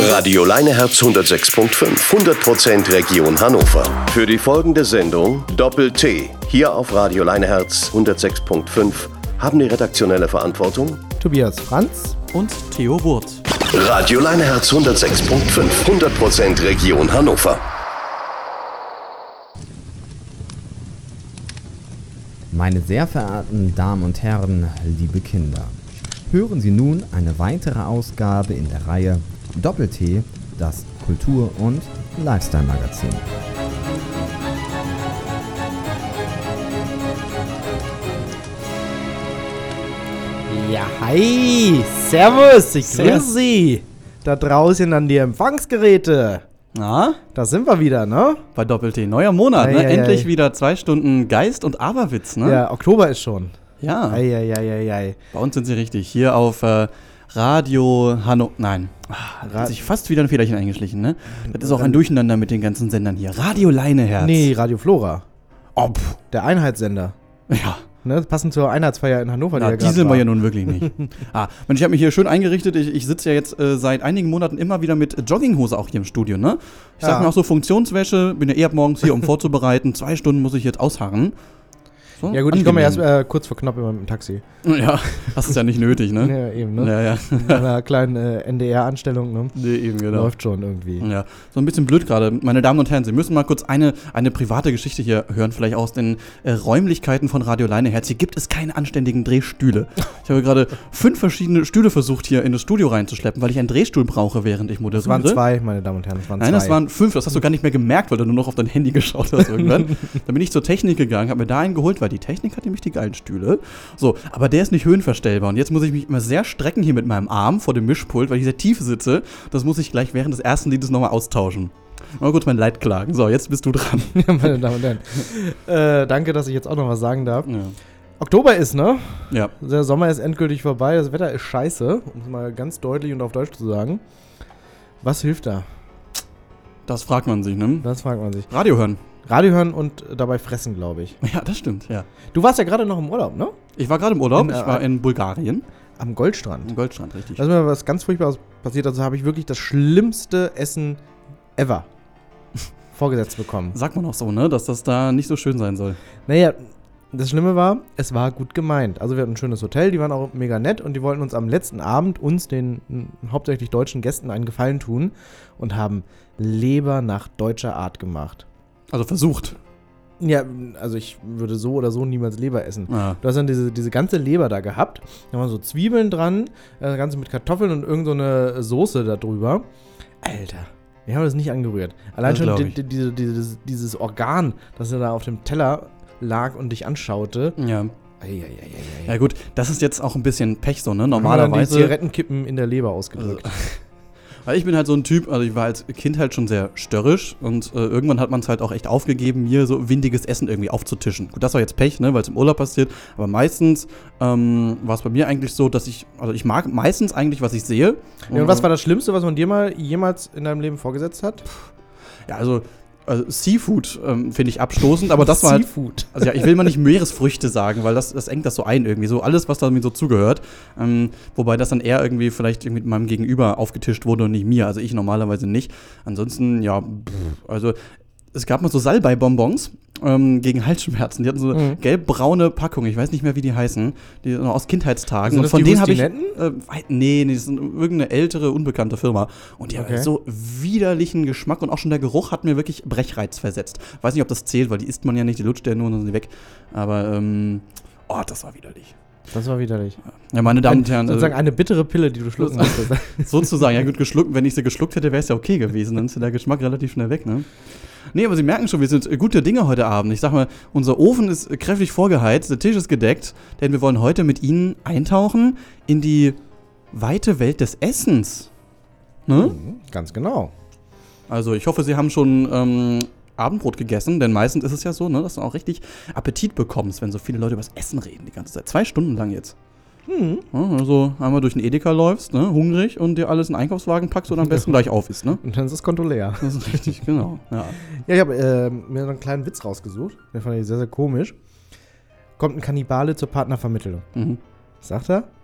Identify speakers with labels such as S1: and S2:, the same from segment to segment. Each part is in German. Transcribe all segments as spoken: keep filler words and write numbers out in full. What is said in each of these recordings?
S1: Radio Leineherz hundertsechs Komma fünf, hundert Prozent Region Hannover. Für die folgende Sendung Doppel-T, hier auf Radio Leineherz hundertsechs Komma fünf, haben die redaktionelle Verantwortung
S2: Tobias Franz
S3: und Theo Wurt.
S1: Radio Leineherz hundertsechs Komma fünf, hundert Prozent Region Hannover.
S4: Meine sehr verehrten Damen und Herren, liebe Kinder, hören Sie nun eine weitere Ausgabe in der Reihe Doppel-T, das Kultur- und Lifestyle-Magazin.
S2: Ja, hi, servus, ich grüße Sie. Da draußen an die Empfangsgeräte.
S3: Na?
S2: Da sind wir wieder, ne?
S3: Bei Doppel-T, neuer Monat,
S2: Ei,
S3: ne?
S2: ei,
S3: Endlich
S2: ei.
S3: wieder zwei Stunden Geist und Aberwitz, ne?
S2: Ja, Oktober ist schon.
S3: Ja.
S2: Ei, ei, ei, ei, ei.
S3: Bei uns sind sie richtig. Hier auf äh, Radio Hanno... Nein. Ah, da
S2: Ra-
S3: hat sich fast wieder ein Fehlerchen eingeschlichen, ne? Das ist auch ein Durcheinander mit den ganzen Sendern hier. Radio Leineherz.
S2: Nee, Radio Flora.
S3: Oh, pff.
S2: Der Einheitssender.
S3: Ja.
S2: Ne? Passend zur Einheitsfeier in Hannover.
S3: Na,
S2: ja
S3: die
S2: grad
S3: sind wir
S2: war.
S3: ja nun wirklich nicht. ah, Mensch, ich habe mich hier schön eingerichtet. Ich, ich sitze ja jetzt äh, seit einigen Monaten immer wieder mit Jogginghose auch hier im Studio, ne? Ich sag
S2: Ja.
S3: mir auch so Funktionswäsche, bin ja eher ab morgens hier, um vorzubereiten. Zwei Stunden muss ich jetzt ausharren. So,
S2: Ja gut, ich komme
S3: angenehm.
S2: erst äh, kurz vor knapp immer mit dem Taxi.
S3: Ja, das ist ja nicht nötig, ne?
S2: Ja, eben, ne?
S3: Ja, ja.
S2: Mit einer kleinen äh, N D R-Anstellung, ne?
S3: Nee, eben, genau.
S2: Läuft schon irgendwie.
S3: Ja, so ein bisschen blöd gerade. Meine Damen und Herren, Sie müssen mal kurz eine, eine private Geschichte hier hören, vielleicht aus den äh, Räumlichkeiten von Radio Leineherz. Hier gibt es keine anständigen Drehstühle. Ich habe gerade fünf verschiedene Stühle versucht, hier in das Studio reinzuschleppen, weil ich einen Drehstuhl brauche, während ich moderiere.
S2: Das waren zwei, meine Damen und Herren, das waren
S3: Nein,
S2: zwei.
S3: das waren fünf. Das hast du gar nicht mehr gemerkt, weil du nur noch auf dein Handy geschaut hast irgendwann. Dann bin ich zur Technik gegangen, habe mir da einen geholt, weil die Technik hat nämlich die geilen Stühle. So, aber der ist nicht höhenverstellbar. Und jetzt muss ich mich immer sehr strecken hier mit meinem Arm vor dem Mischpult, weil ich sehr tief sitze. Das muss ich gleich während des ersten Liedes nochmal austauschen. Mal kurz mein Leid klagen. So, jetzt bist du dran.
S2: Ja, meine Damen und Herren. Äh, danke, dass ich jetzt auch noch was sagen darf.
S3: Ja.
S2: Oktober ist, ne?
S3: ja.
S2: Der Sommer ist endgültig vorbei, das Wetter ist scheiße, um es mal ganz deutlich und auf Deutsch zu sagen. Was hilft da?
S3: Das fragt man sich, ne?
S2: Das fragt man sich.
S3: Radio hören.
S2: Radio hören und dabei fressen, glaube ich.
S3: Ja, das stimmt, ja.
S2: Du warst ja gerade noch im Urlaub, ne?
S3: Ich war gerade im Urlaub.
S2: In, äh,
S3: ich war in Bulgarien.
S2: Am Goldstrand.
S3: Im Goldstrand, richtig.
S2: Da ist mir was ganz Furchtbares passiert, also habe ich wirklich das schlimmste Essen ever vorgesetzt bekommen.
S3: Sagt man auch so, ne? Dass das da nicht so schön sein soll.
S2: Naja, das Schlimme war, es war gut gemeint. Also wir hatten ein schönes Hotel, die waren auch mega nett und die wollten uns am letzten Abend, uns, den m, hauptsächlich deutschen Gästen, einen Gefallen tun und haben Leber nach deutscher Art gemacht.
S3: Also versucht.
S2: Ja, also ich würde so oder so niemals Leber essen.
S3: Ah.
S2: Du hast dann diese, diese ganze Leber da gehabt, da waren so Zwiebeln dran, das Ganze mit Kartoffeln und irgend so eine Soße da drüber. Alter, wir haben das nicht angerührt. Allein
S3: Das
S2: schon
S3: glaub
S2: die,
S3: ich.
S2: die, diese, dieses, dieses Organ, das da auf dem Teller lag und dich anschaute.
S3: Ja.
S2: Eieieiei.
S3: Ja gut, das ist jetzt auch ein bisschen Pech so, ne?
S2: Normalerweise die
S3: Normalerweise.
S2: Zigarettenkippen in der Leber ausgedrückt.
S3: Weil ich bin halt so ein Typ, also ich war als Kind halt schon sehr störrisch und äh, irgendwann hat man es halt auch echt aufgegeben, mir so windiges Essen irgendwie aufzutischen. Gut, das war jetzt Pech, ne, weil es im Urlaub passiert, aber meistens ähm, war es bei mir eigentlich so, dass ich, also ich mag meistens eigentlich, was ich sehe.
S2: Ja, und was war das Schlimmste, was man dir mal jemals in deinem Leben vorgesetzt hat?
S3: Ja, also, also Seafood ähm, finde ich abstoßend, aber das war halt,
S2: Seafood.
S3: also ja, ich will mal nicht Meeresfrüchte sagen, weil das, das engt das so ein irgendwie, so alles, was da mir so zugehört. Ähm, wobei das dann eher irgendwie vielleicht irgendwie mit meinem Gegenüber aufgetischt wurde und nicht mir, also ich normalerweise nicht. Ansonsten, ja, pff, also es gab mal so Salbei-Bonbons ähm, gegen Halsschmerzen. Die hatten so eine
S2: Mhm.
S3: gelb-braune Packung, ich weiß nicht mehr, wie die heißen, die noch aus Kindheitstagen.
S2: Sind
S3: Und
S2: das
S3: von
S2: die
S3: denen habe ich.
S2: Hustinetten?
S3: Äh, wei- nee, nee, das ist irgendeine ältere, unbekannte Firma. Und die
S2: Okay.
S3: haben so widerlichen Geschmack und auch schon der Geruch hat mir wirklich Brechreiz versetzt. Weiß nicht, ob das zählt, weil die isst man ja nicht, die lutscht ja nur und dann sind die weg. Aber, ähm, oh, das war widerlich.
S2: Das war widerlich.
S3: Ja, meine Damen und Herren,
S2: Sozusagen
S3: äh,
S2: eine bittere Pille, die du schlucken musstest.
S3: sozusagen, ja gut, geschluckt, wenn ich sie geschluckt hätte, wäre es ja okay gewesen, dann ist ja der Geschmack relativ schnell weg, ne? Nee, aber Sie merken schon, wir sind äh, gute Dinge heute Abend. Ich sag mal, unser Ofen ist äh, kräftig vorgeheizt, der Tisch ist gedeckt, denn wir wollen heute mit Ihnen eintauchen in die weite Welt des Essens. Ne?
S2: Mhm, ganz genau.
S3: Also ich hoffe, Sie haben schon ähm, Abendbrot gegessen, denn meistens ist es ja so, ne, dass du auch richtig Appetit bekommst, wenn so viele Leute über das Essen reden die ganze Zeit. Zwei Stunden lang jetzt.
S2: Hm.
S3: Ja, also einmal durch den Edeka läufst, ne, hungrig und dir alles in den Einkaufswagen packst und am besten gleich auf isst, ne?
S2: Und dann ist das Konto leer.
S3: Das ist richtig, genau. Ja.
S2: Ja, ich habe äh, mir einen kleinen Witz rausgesucht. Den fand ich sehr, sehr komisch. Kommt ein Kannibale zur Partnervermittlung.
S3: Mhm.
S2: Sagt er,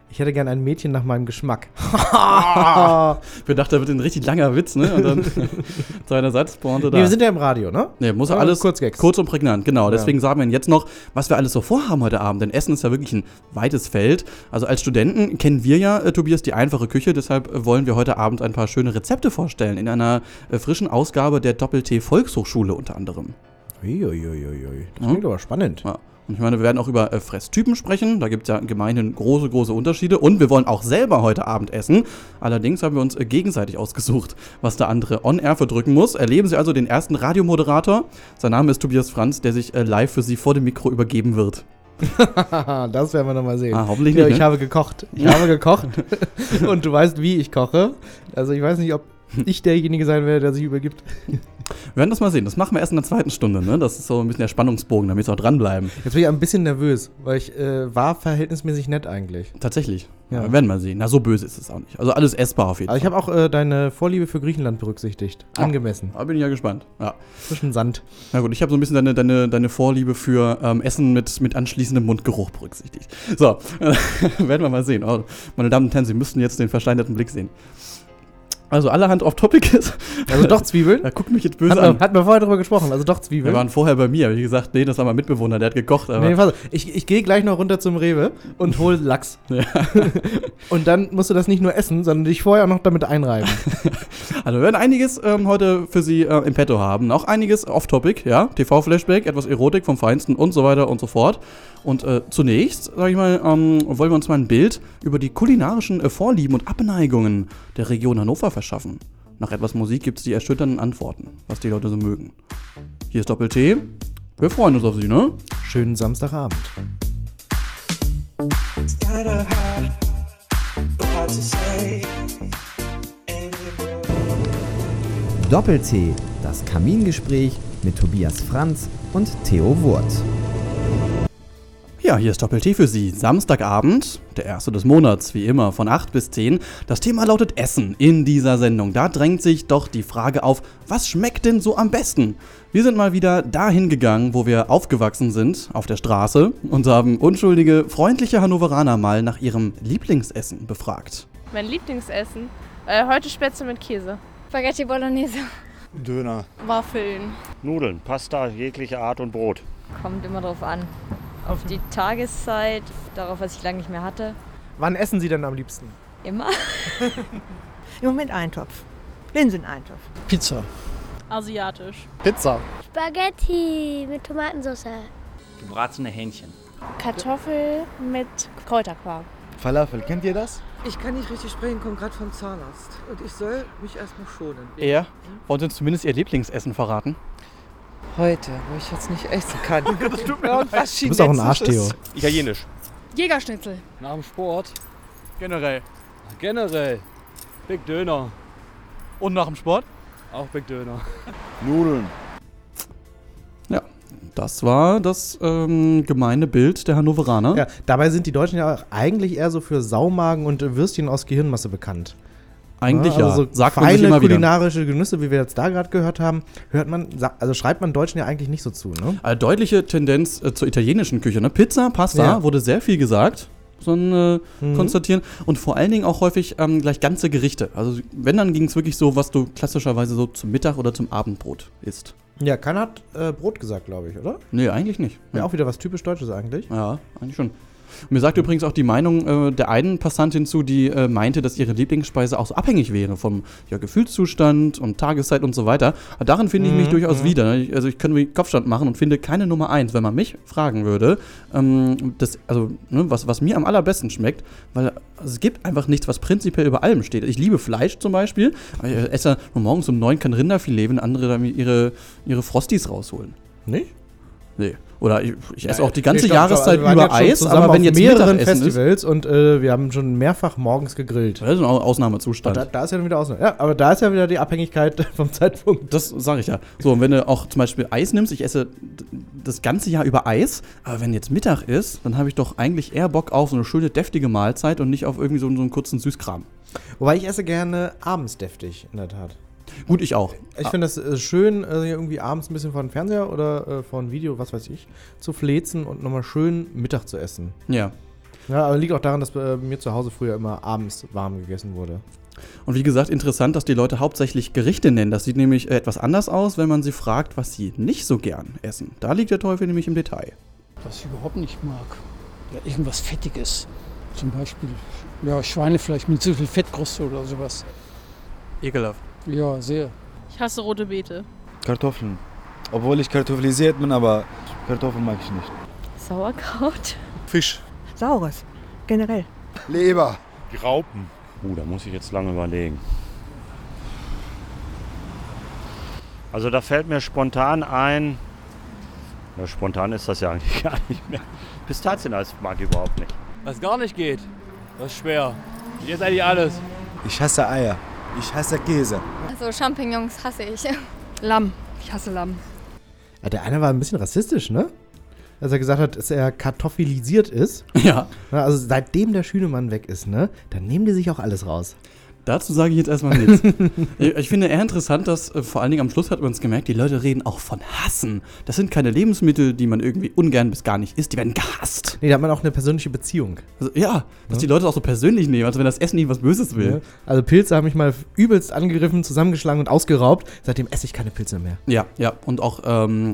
S2: Ich hätte gern ein Mädchen nach meinem Geschmack.
S3: Wir dachten, da wird ein richtig langer Witz, ne? Und dann zu einer Satzpointe da.
S2: Nee, wir sind ja im Radio, ne?
S3: Nee, muss ja
S2: Aber
S3: alles
S2: Kurzgags.
S3: kurz und prägnant, genau.
S2: Ja.
S3: Deswegen sagen wir Ihnen jetzt noch, was wir alles so vorhaben heute Abend. Denn Essen ist ja wirklich ein weites Feld. Also als Studenten kennen wir ja, äh, Tobias, die einfache Küche. Deshalb äh, wollen wir heute Abend ein paar schöne Rezepte vorstellen. In einer äh, frischen Ausgabe der Doppel-T Volkshochschule unter anderem.
S2: Uiuiuiui. Das klingt aber spannend.
S3: Ja. Und ich meine, wir werden auch über äh, Fresstypen sprechen. Da gibt es ja gemeinhin große, große Unterschiede. Und wir wollen auch selber heute Abend essen. Allerdings haben wir uns äh, gegenseitig ausgesucht, was der andere on-air verdrücken muss. Erleben Sie also den ersten Radiomoderator. Sein Name ist Tobias Franz, der sich äh, live für Sie vor dem Mikro übergeben wird.
S2: Das werden wir noch mal sehen.
S3: Ah, hoffentlich
S2: ja,
S3: nicht,
S2: ich
S3: ne?
S2: habe gekocht. Ich habe gekocht. Und du weißt, wie ich koche. Also ich weiß nicht, ob ich derjenige sein werde, der sich übergibt.
S3: Wir werden das mal sehen. Das machen wir erst in der zweiten Stunde, ne? Das ist so ein bisschen der Spannungsbogen, damit wir auch dranbleiben.
S2: Jetzt bin ich ein bisschen nervös, weil ich äh, war verhältnismäßig nett eigentlich.
S3: Tatsächlich.
S2: Ja.
S3: Wir werden mal sehen. Na, so böse ist es auch nicht. Also alles essbar auf jeden
S2: Aber
S3: Fall.
S2: ich habe auch äh, deine Vorliebe für Griechenland berücksichtigt.
S3: Ah.
S2: Angemessen.
S3: Da bin ich ja gespannt. Ja.
S2: Zwischen Sand.
S3: Na gut, ich habe so ein bisschen deine, deine, deine Vorliebe für ähm, Essen mit, mit anschließendem Mundgeruch berücksichtigt. So, werden wir mal sehen. Oh, meine Damen und Herren, Sie müssten jetzt den versteinerten Blick sehen. Also allerhand off-topic ist.
S2: Also doch Zwiebeln?
S3: Da guckt mich jetzt böse
S2: Hat
S3: an.
S2: man, hatten wir vorher drüber gesprochen, also doch
S3: Wir
S2: Zwiebeln.
S3: waren vorher bei mir. Wie gesagt, nee, das war mein Mitbewohner, der hat gekocht. Aber
S2: Nee, pass auf. ich ich gehe gleich noch runter zum Rewe und hol Lachs.
S3: Ja.
S2: Und dann musst du das nicht nur essen, sondern dich vorher auch noch damit einreiben.
S3: Also wir werden einiges ähm, heute für Sie äh, im Petto haben. Auch einiges off-topic, ja. T V-Flashback, etwas Erotik vom Feinsten und so weiter und so fort. Und äh, zunächst, sag ich mal, ähm, wollen wir uns mal ein Bild über die kulinarischen äh, Vorlieben und Abneigungen der Region Hannover verschaffen. Nach etwas Musik gibt es die erschütternden Antworten, was die Leute so mögen. Hier ist Doppel-T. Wir freuen uns auf Sie, ne?
S2: Schönen Samstagabend.
S5: It's kinda hard, but hard to say.
S4: Doppel-T, das Kamingespräch mit Tobias Franz und Theo Wurth.
S3: Ja, hier ist Doppel-T für Sie. Samstagabend, der erste des Monats, wie immer, von acht bis zehn. Das Thema lautet Essen in dieser Sendung. Da drängt sich doch die Frage auf, was schmeckt denn so am besten? Wir sind mal wieder dahin gegangen, wo wir aufgewachsen sind, auf der Straße, und haben unschuldige, freundliche Hannoveraner mal nach ihrem Lieblingsessen befragt.
S6: Mein Lieblingsessen? Äh, heute Spätzle mit Käse.
S7: Spaghetti Bolognese.
S8: Döner,
S6: Waffeln.
S8: Nudeln, Pasta jeglicher Art und Brot.
S9: Kommt immer drauf an. Auf die Tageszeit, darauf, was ich lange nicht mehr hatte.
S2: Wann essen Sie denn am liebsten?
S9: Immer.
S10: Im Moment Eintopf. Linseneintopf.
S11: Pizza.
S6: Asiatisch.
S11: Pizza.
S7: Spaghetti mit Tomatensauce.
S12: Gebratene Hähnchen.
S6: Kartoffel mit Kräuterquark.
S11: Falafel, kennt ihr das?
S10: Ich kann nicht richtig sprechen, komme gerade vom Zahnarzt. Und ich soll mich erstmal schonen.
S3: Er? Wollen Sie uns zumindest Ihr Lieblingsessen verraten?
S10: Heute, wo ich jetzt nicht essen kann. Das tut mir was
S2: Du bist auch ein Arsch, Theo.
S12: Italienisch.
S6: Jägerschnitzel.
S11: Nach dem Sport.
S3: Generell.
S11: Generell. Big Döner.
S3: Und nach dem Sport?
S11: Auch Big Döner. Nudeln.
S3: Ja, das war das ähm, gemeine Bild der Hannoveraner.
S2: Ja, dabei sind die Deutschen ja auch eigentlich eher so für Saumagen und Würstchen aus Gehirnmasse bekannt.
S3: Eigentlich ja,
S2: also so
S3: sagt man sich
S2: feine
S3: immer wieder.
S2: kulinarische Genüsse, wie wir jetzt da gerade gehört haben, hört man, also schreibt man Deutschen ja eigentlich nicht so zu, ne?
S3: Eine deutliche Tendenz äh, zur italienischen Küche. Ne? Pizza, Pasta,
S2: Ja.
S3: wurde sehr viel gesagt, so ein äh,
S2: Mhm.
S3: Konstatieren. Und vor allen Dingen auch häufig ähm, gleich ganze Gerichte. Also wenn, dann ging es wirklich so, was du klassischerweise so zum Mittag oder zum Abendbrot isst.
S2: Ja, keiner hat äh, Brot gesagt, glaube ich, oder?
S3: Nee, eigentlich nicht.
S2: Ja, auch wieder was typisch Deutsches eigentlich.
S3: Ja, eigentlich schon. Und mir sagt übrigens auch die Meinung äh, der einen Passantin zu, die äh, meinte, dass ihre Lieblingsspeise auch so abhängig wäre vom ja, Gefühlszustand und Tageszeit und so weiter. Aber darin finde ich mich
S2: Mhm,
S3: durchaus
S2: mhm.
S3: wieder. Ich, also ich kann mir Kopfstand machen und finde keine Nummer eins, wenn man mich fragen würde, ähm, das, also, ne, was, was mir am allerbesten schmeckt, weil also es gibt einfach nichts, was prinzipiell über allem steht. Ich liebe Fleisch zum Beispiel, aber ich esse morgens um neun kein Rinderfilet, wenn andere dann ihre, ihre Frosties rausholen.
S2: Nicht?
S3: Nee. Oder ich, ich esse
S2: Ja,
S3: auch die ganze
S2: nee, stopp, stopp,
S3: Jahreszeit
S2: also wir waren
S3: über
S2: jetzt schon
S3: Eis,
S2: zusammen
S3: aber wenn
S2: auf
S3: jetzt
S2: mehreren
S3: Mittagessen ist,
S2: Festivals und äh, wir haben schon mehrfach morgens gegrillt.
S3: das ist ein Ausnahmezustand.
S2: Da, da ist ja wieder Ausnahme. Ja, aber da ist ja wieder die Abhängigkeit vom Zeitpunkt.
S3: Das sage ich ja. So, und wenn du auch zum Beispiel Eis nimmst, ich esse d- das ganze Jahr über Eis, aber wenn jetzt Mittag ist, dann habe ich doch eigentlich eher Bock auf so eine schöne, deftige Mahlzeit und nicht auf irgendwie so, so einen kurzen Süßkram.
S2: Wobei ich esse gerne abends deftig, in der Tat.
S3: Gut, ich auch.
S2: Ich finde das äh, schön, äh, irgendwie abends ein bisschen vor dem Fernseher oder äh, vor dem Video, was weiß ich, zu flezen und nochmal schön Mittag zu essen.
S3: Ja.
S2: Ja, aber liegt auch daran, dass bei mir zu Hause früher immer abends warm gegessen wurde.
S3: Und wie gesagt, interessant, dass die Leute hauptsächlich Gerichte nennen. Das sieht nämlich etwas anders aus, wenn man sie fragt, was sie nicht so gern essen. Da liegt der Teufel nämlich im Detail.
S13: Was ich überhaupt nicht mag. Ja, irgendwas Fettiges. Zum Beispiel ja, Schweinefleisch mit zu viel Fettkruste oder sowas.
S3: Ekelhaft.
S13: Ja, sehr.
S6: Ich hasse rote Beete.
S11: Kartoffeln. Obwohl ich kartoffilisiert bin, aber Kartoffeln mag ich nicht.
S9: Sauerkraut.
S11: Fisch.
S10: Saures. Generell.
S11: Leber.
S8: Graupen. Uh, da muss ich jetzt lange überlegen. Also da fällt mir spontan ein, ja, spontan ist das ja eigentlich gar nicht mehr. Pistazieneis mag ich überhaupt nicht.
S11: Was gar nicht geht, das ist schwer. Jetzt eigentlich alles.
S14: Ich hasse Eier. Ich hasse Käse.
S7: Also Champignons hasse ich.
S6: Lamm. Ich hasse Lamm.
S2: Ja, der eine war ein bisschen rassistisch, ne? Als er gesagt hat, dass er kartoffilisiert ist.
S3: Ja.
S2: Also seitdem der Schünemann weg ist, ne? Dann nehmen die sich auch alles raus.
S3: Dazu sage ich jetzt erstmal nichts. Ich finde eher interessant, dass äh, vor allen Dingen am Schluss hat man es gemerkt, die Leute reden auch von Hassen. Das sind keine Lebensmittel, die man irgendwie ungern bis gar nicht isst, die werden gehasst.
S2: Nee, da hat man auch eine persönliche Beziehung.
S3: Also, ja, dass ja. die Leute auch so persönlich nehmen, als wenn das Essen nicht was Böses will.
S2: Ja. Also Pilze haben mich mal übelst angegriffen, zusammengeschlagen und ausgeraubt. Seitdem esse ich keine Pilze mehr.
S3: Ja, ja. Und auch ähm,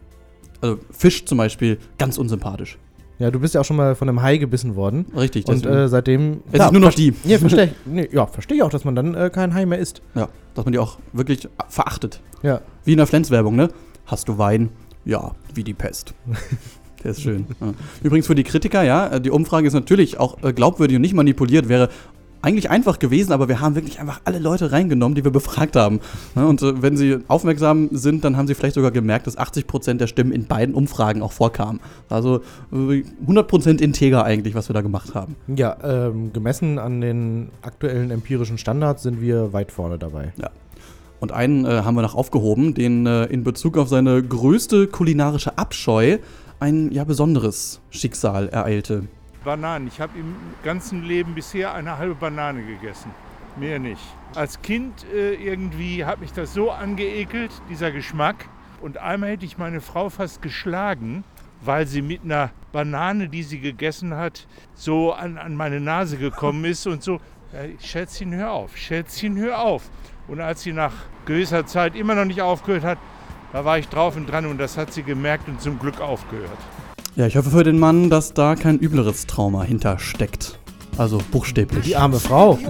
S3: also Fisch zum Beispiel, ganz unsympathisch.
S2: Ja, du bist ja auch schon mal von einem Hai gebissen worden.
S3: Richtig.
S2: Und äh, seitdem...
S3: Es ist nur noch die.
S2: Ja, verstehe ich. Nee, ja, verstehe ich auch, dass man dann äh, kein Hai mehr isst.
S3: Ja, dass man die auch wirklich verachtet.
S2: Ja.
S3: Wie in der Flens-Werbung, ne? Hast du Wein? Ja, wie die Pest. Der ist schön. Ja. Übrigens für die Kritiker, ja, die Umfrage ist natürlich auch äh, glaubwürdig und nicht manipuliert, wäre eigentlich einfach gewesen, aber wir haben wirklich einfach alle Leute reingenommen, die wir befragt haben. Ja, und äh, wenn sie aufmerksam sind, dann haben sie vielleicht sogar gemerkt, dass achtzig Prozent der Stimmen in beiden Umfragen auch vorkamen. Also äh, hundert Prozent integer eigentlich, was wir da gemacht haben.
S2: Ja, ähm, gemessen an den aktuellen empirischen Standards sind wir weit vorne dabei.
S3: Ja. Und einen äh, haben wir noch aufgehoben, den äh, in Bezug auf seine größte kulinarische Abscheu ein ja besonderes Schicksal ereilte.
S15: Bananen. Ich habe im ganzen Leben bisher eine halbe Banane gegessen. Mehr nicht. Als Kind äh, irgendwie hat mich das so angeekelt, dieser Geschmack. Und einmal hätte ich meine Frau fast geschlagen, weil sie mit einer Banane, die sie gegessen hat, so an, an meine Nase gekommen ist und so. Ja, Schätzchen, hör auf, Schätzchen, hör auf. Und als sie nach gewisser Zeit immer noch nicht aufgehört hat, da war ich drauf und dran und das hat sie gemerkt und zum Glück aufgehört.
S3: Ja, ich hoffe für den Mann, dass da kein übleres Trauma hintersteckt. Also buchstäblich.
S2: Die arme Frau.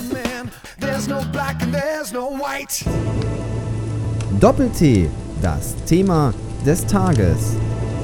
S4: Doppel-T, das Thema des Tages.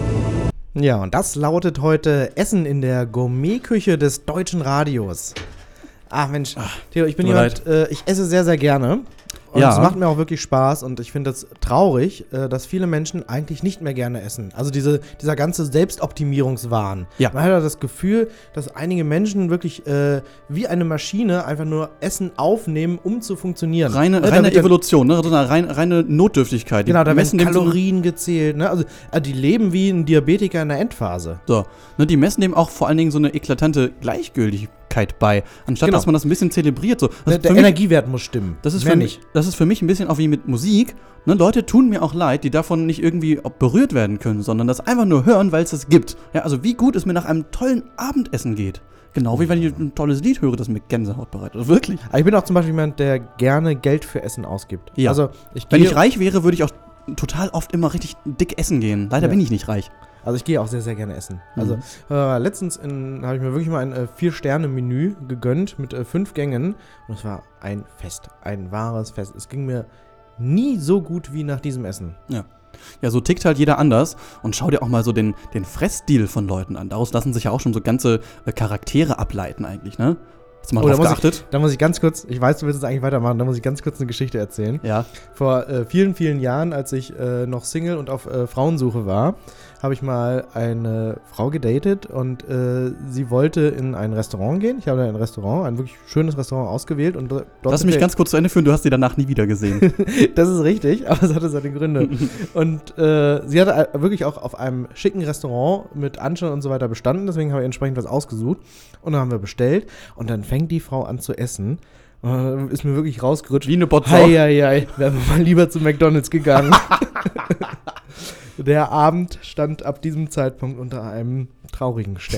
S2: Ja, und das lautet heute Essen in der Gourmetküche des Deutschen Radios. Ach Mensch, Theo, ich bin jemand, äh, ich esse sehr, sehr gerne. Und es
S3: ja.
S2: macht mir auch wirklich Spaß und ich finde es traurig, äh, dass viele Menschen eigentlich nicht mehr gerne essen. Also diese, dieser ganze Selbstoptimierungswahn.
S3: Ja.
S2: Man hat ja das Gefühl, dass einige Menschen wirklich äh, wie eine Maschine einfach nur Essen aufnehmen, um zu funktionieren.
S3: Reine,
S2: ne,
S3: reine Evolution, ne? So eine rein, reine Notdürftigkeit.
S2: Die genau, da
S3: messen
S2: werden Kalorien gezählt. Ne? Also äh, die leben wie ein Diabetiker in der Endphase.
S3: So, ne, die messen dem auch vor allen Dingen so eine eklatante Gleichgültigkeit bei, anstatt
S2: genau.
S3: dass man das ein bisschen zelebriert. So.
S2: Der, der
S3: mich,
S2: Energiewert muss stimmen.
S3: Das ist,
S2: Mehr
S3: für
S2: nicht.
S3: mich, das ist für mich ein bisschen auch wie mit Musik. Ne, Leute tun mir auch leid, die davon nicht irgendwie berührt werden können, sondern das einfach nur hören, weil es es gibt. Ja, also wie gut es mir nach einem tollen Abendessen geht. Genau wie wenn ich ein tolles Lied höre, das mir Gänsehaut bereitet. Also wirklich.
S2: Aber ich bin auch zum Beispiel jemand, der gerne Geld für Essen ausgibt.
S3: Ja.
S2: Also ich
S3: wenn ich reich wäre, würde ich auch total oft immer richtig dick essen gehen. Leider
S2: ja.
S3: bin ich nicht reich.
S2: Also ich gehe auch sehr, sehr gerne essen.
S3: Mhm.
S2: Also äh, letztens habe ich mir wirklich mal ein äh, Vier-Sterne-Menü gegönnt mit äh, fünf Gängen. Und es war ein Fest, ein wahres Fest. Es ging mir nie so gut wie nach diesem Essen.
S3: Ja. Ja, so tickt halt jeder anders. Und schau dir auch mal so den, den Fressstil von Leuten an. Daraus lassen sich ja auch schon so ganze äh, Charaktere ableiten eigentlich, ne? Hast du mal
S2: oh,
S3: drauf
S2: da
S3: geachtet?
S2: Ich, da muss ich ganz kurz, ich weiß, du willst es eigentlich weitermachen, da muss ich ganz kurz eine Geschichte erzählen.
S3: Ja.
S2: Vor äh, vielen, vielen Jahren, als ich äh, noch Single und auf äh, Frauensuche war, habe ich mal eine Frau gedatet und äh, sie wollte in ein Restaurant gehen. Ich habe ein Restaurant, ein wirklich schönes Restaurant ausgewählt. Und dort
S3: Lass mich ganz kurz zu Ende führen, du hast sie danach nie wieder gesehen.
S2: Das ist richtig, aber es hatte seine Gründe. Und äh, sie hatte wirklich auch auf einem schicken Restaurant mit Anstand und so weiter bestanden, deswegen habe ich entsprechend was ausgesucht. Und dann haben wir bestellt und dann fängt die Frau an zu essen. Und dann ist mir wirklich rausgerutscht.
S3: Wie eine Botsau.
S2: Hei, hei, hei, wären wir mal lieber zu McDonald's gegangen. Der Abend stand ab diesem Zeitpunkt unter einem traurigen Stern.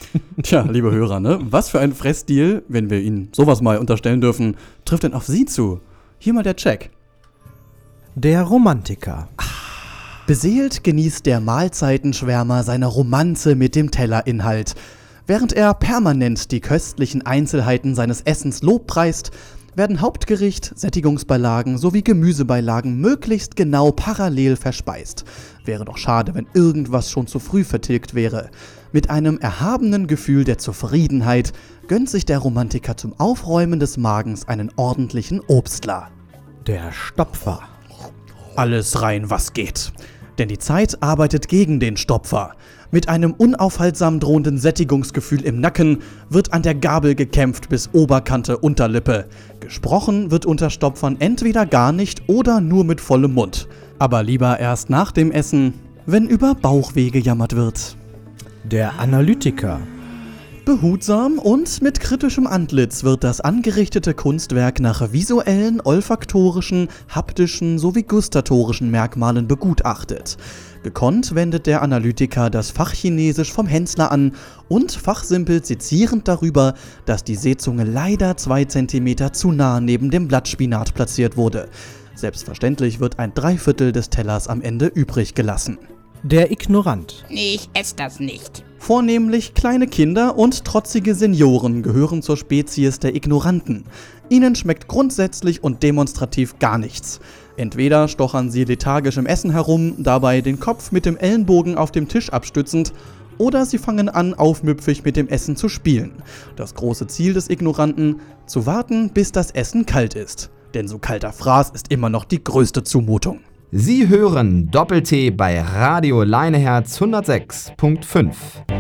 S3: Tja, liebe Hörer, ne? Was für ein Fressstil, wenn wir Ihnen sowas mal unterstellen dürfen, trifft denn auf Sie zu? Hier mal der Check.
S2: Der Romantiker.
S3: Beseelt genießt der Mahlzeitenschwärmer seine Romanze mit dem Tellerinhalt. Während er permanent die köstlichen Einzelheiten seines Essens lobpreist, werden Hauptgericht, Sättigungsbeilagen sowie Gemüsebeilagen möglichst genau parallel verspeist. Wäre doch schade, wenn irgendwas schon zu früh vertilgt wäre. Mit einem erhabenen Gefühl der Zufriedenheit gönnt sich der Romantiker zum Aufräumen des Magens einen ordentlichen Obstler.
S2: Der Stopfer.
S3: Alles rein, was geht. Denn die Zeit arbeitet gegen den Stopfer. Mit einem unaufhaltsam drohenden Sättigungsgefühl im Nacken wird an der Gabel gekämpft bis Oberkante Unterlippe. Gesprochen wird unter Stopfern entweder gar nicht oder nur mit vollem Mund. Aber lieber erst nach dem Essen, wenn über Bauchweh gejammert wird.
S2: Der Analytiker.
S3: Behutsam und mit kritischem Antlitz wird das angerichtete Kunstwerk nach visuellen, olfaktorischen, haptischen sowie gustatorischen Merkmalen begutachtet. Gekonnt wendet der Analytiker das Fachchinesisch vom Hensler an und fachsimpelt sezierend darüber, dass die Seezunge leider zwei Zentimeter zu nah neben dem Blattspinat platziert wurde. Selbstverständlich wird ein Dreiviertel des Tellers am Ende übrig gelassen.
S2: Der Ignorant.
S16: Ich esse das nicht.
S3: Vornehmlich kleine Kinder und trotzige Senioren gehören zur Spezies der Ignoranten. Ihnen schmeckt grundsätzlich und demonstrativ gar nichts. Entweder stochern sie lethargisch im Essen herum, dabei den Kopf mit dem Ellenbogen auf dem Tisch abstützend, oder sie fangen an, aufmüpfig mit dem Essen zu spielen. Das große Ziel des Ignoranten: zu warten, bis das Essen kalt ist. Denn so kalter Fraß ist immer noch die größte Zumutung.
S4: Sie hören Doppel-T bei Radio Leineherz hundertsechs Komma fünf.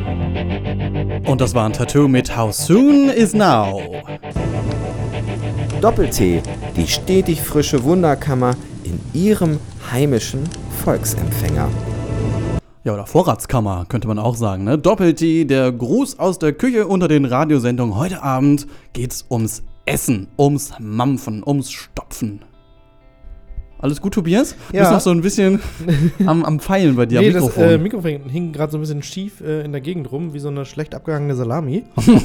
S3: Und das war ein Tattoo mit How Soon Is Now.
S4: Doppel-T, die stetig frische Wunderkammer in Ihrem heimischen Volksempfänger.
S3: Ja, oder Vorratskammer, könnte man auch sagen, ne? Doppel-T, der Gruß aus der Küche unter den Radiosendungen. Heute Abend geht's ums Essen, ums Mampfen, ums Stopfen. Alles gut, Tobias? Du
S2: Ja.
S3: bist noch so ein bisschen am, am Pfeilen bei dir
S2: Nee,
S3: am Mikrofon.
S2: das äh, Mikrofon hing gerade so ein bisschen schief äh, in der Gegend rum, wie so eine schlecht abgehangene Salami.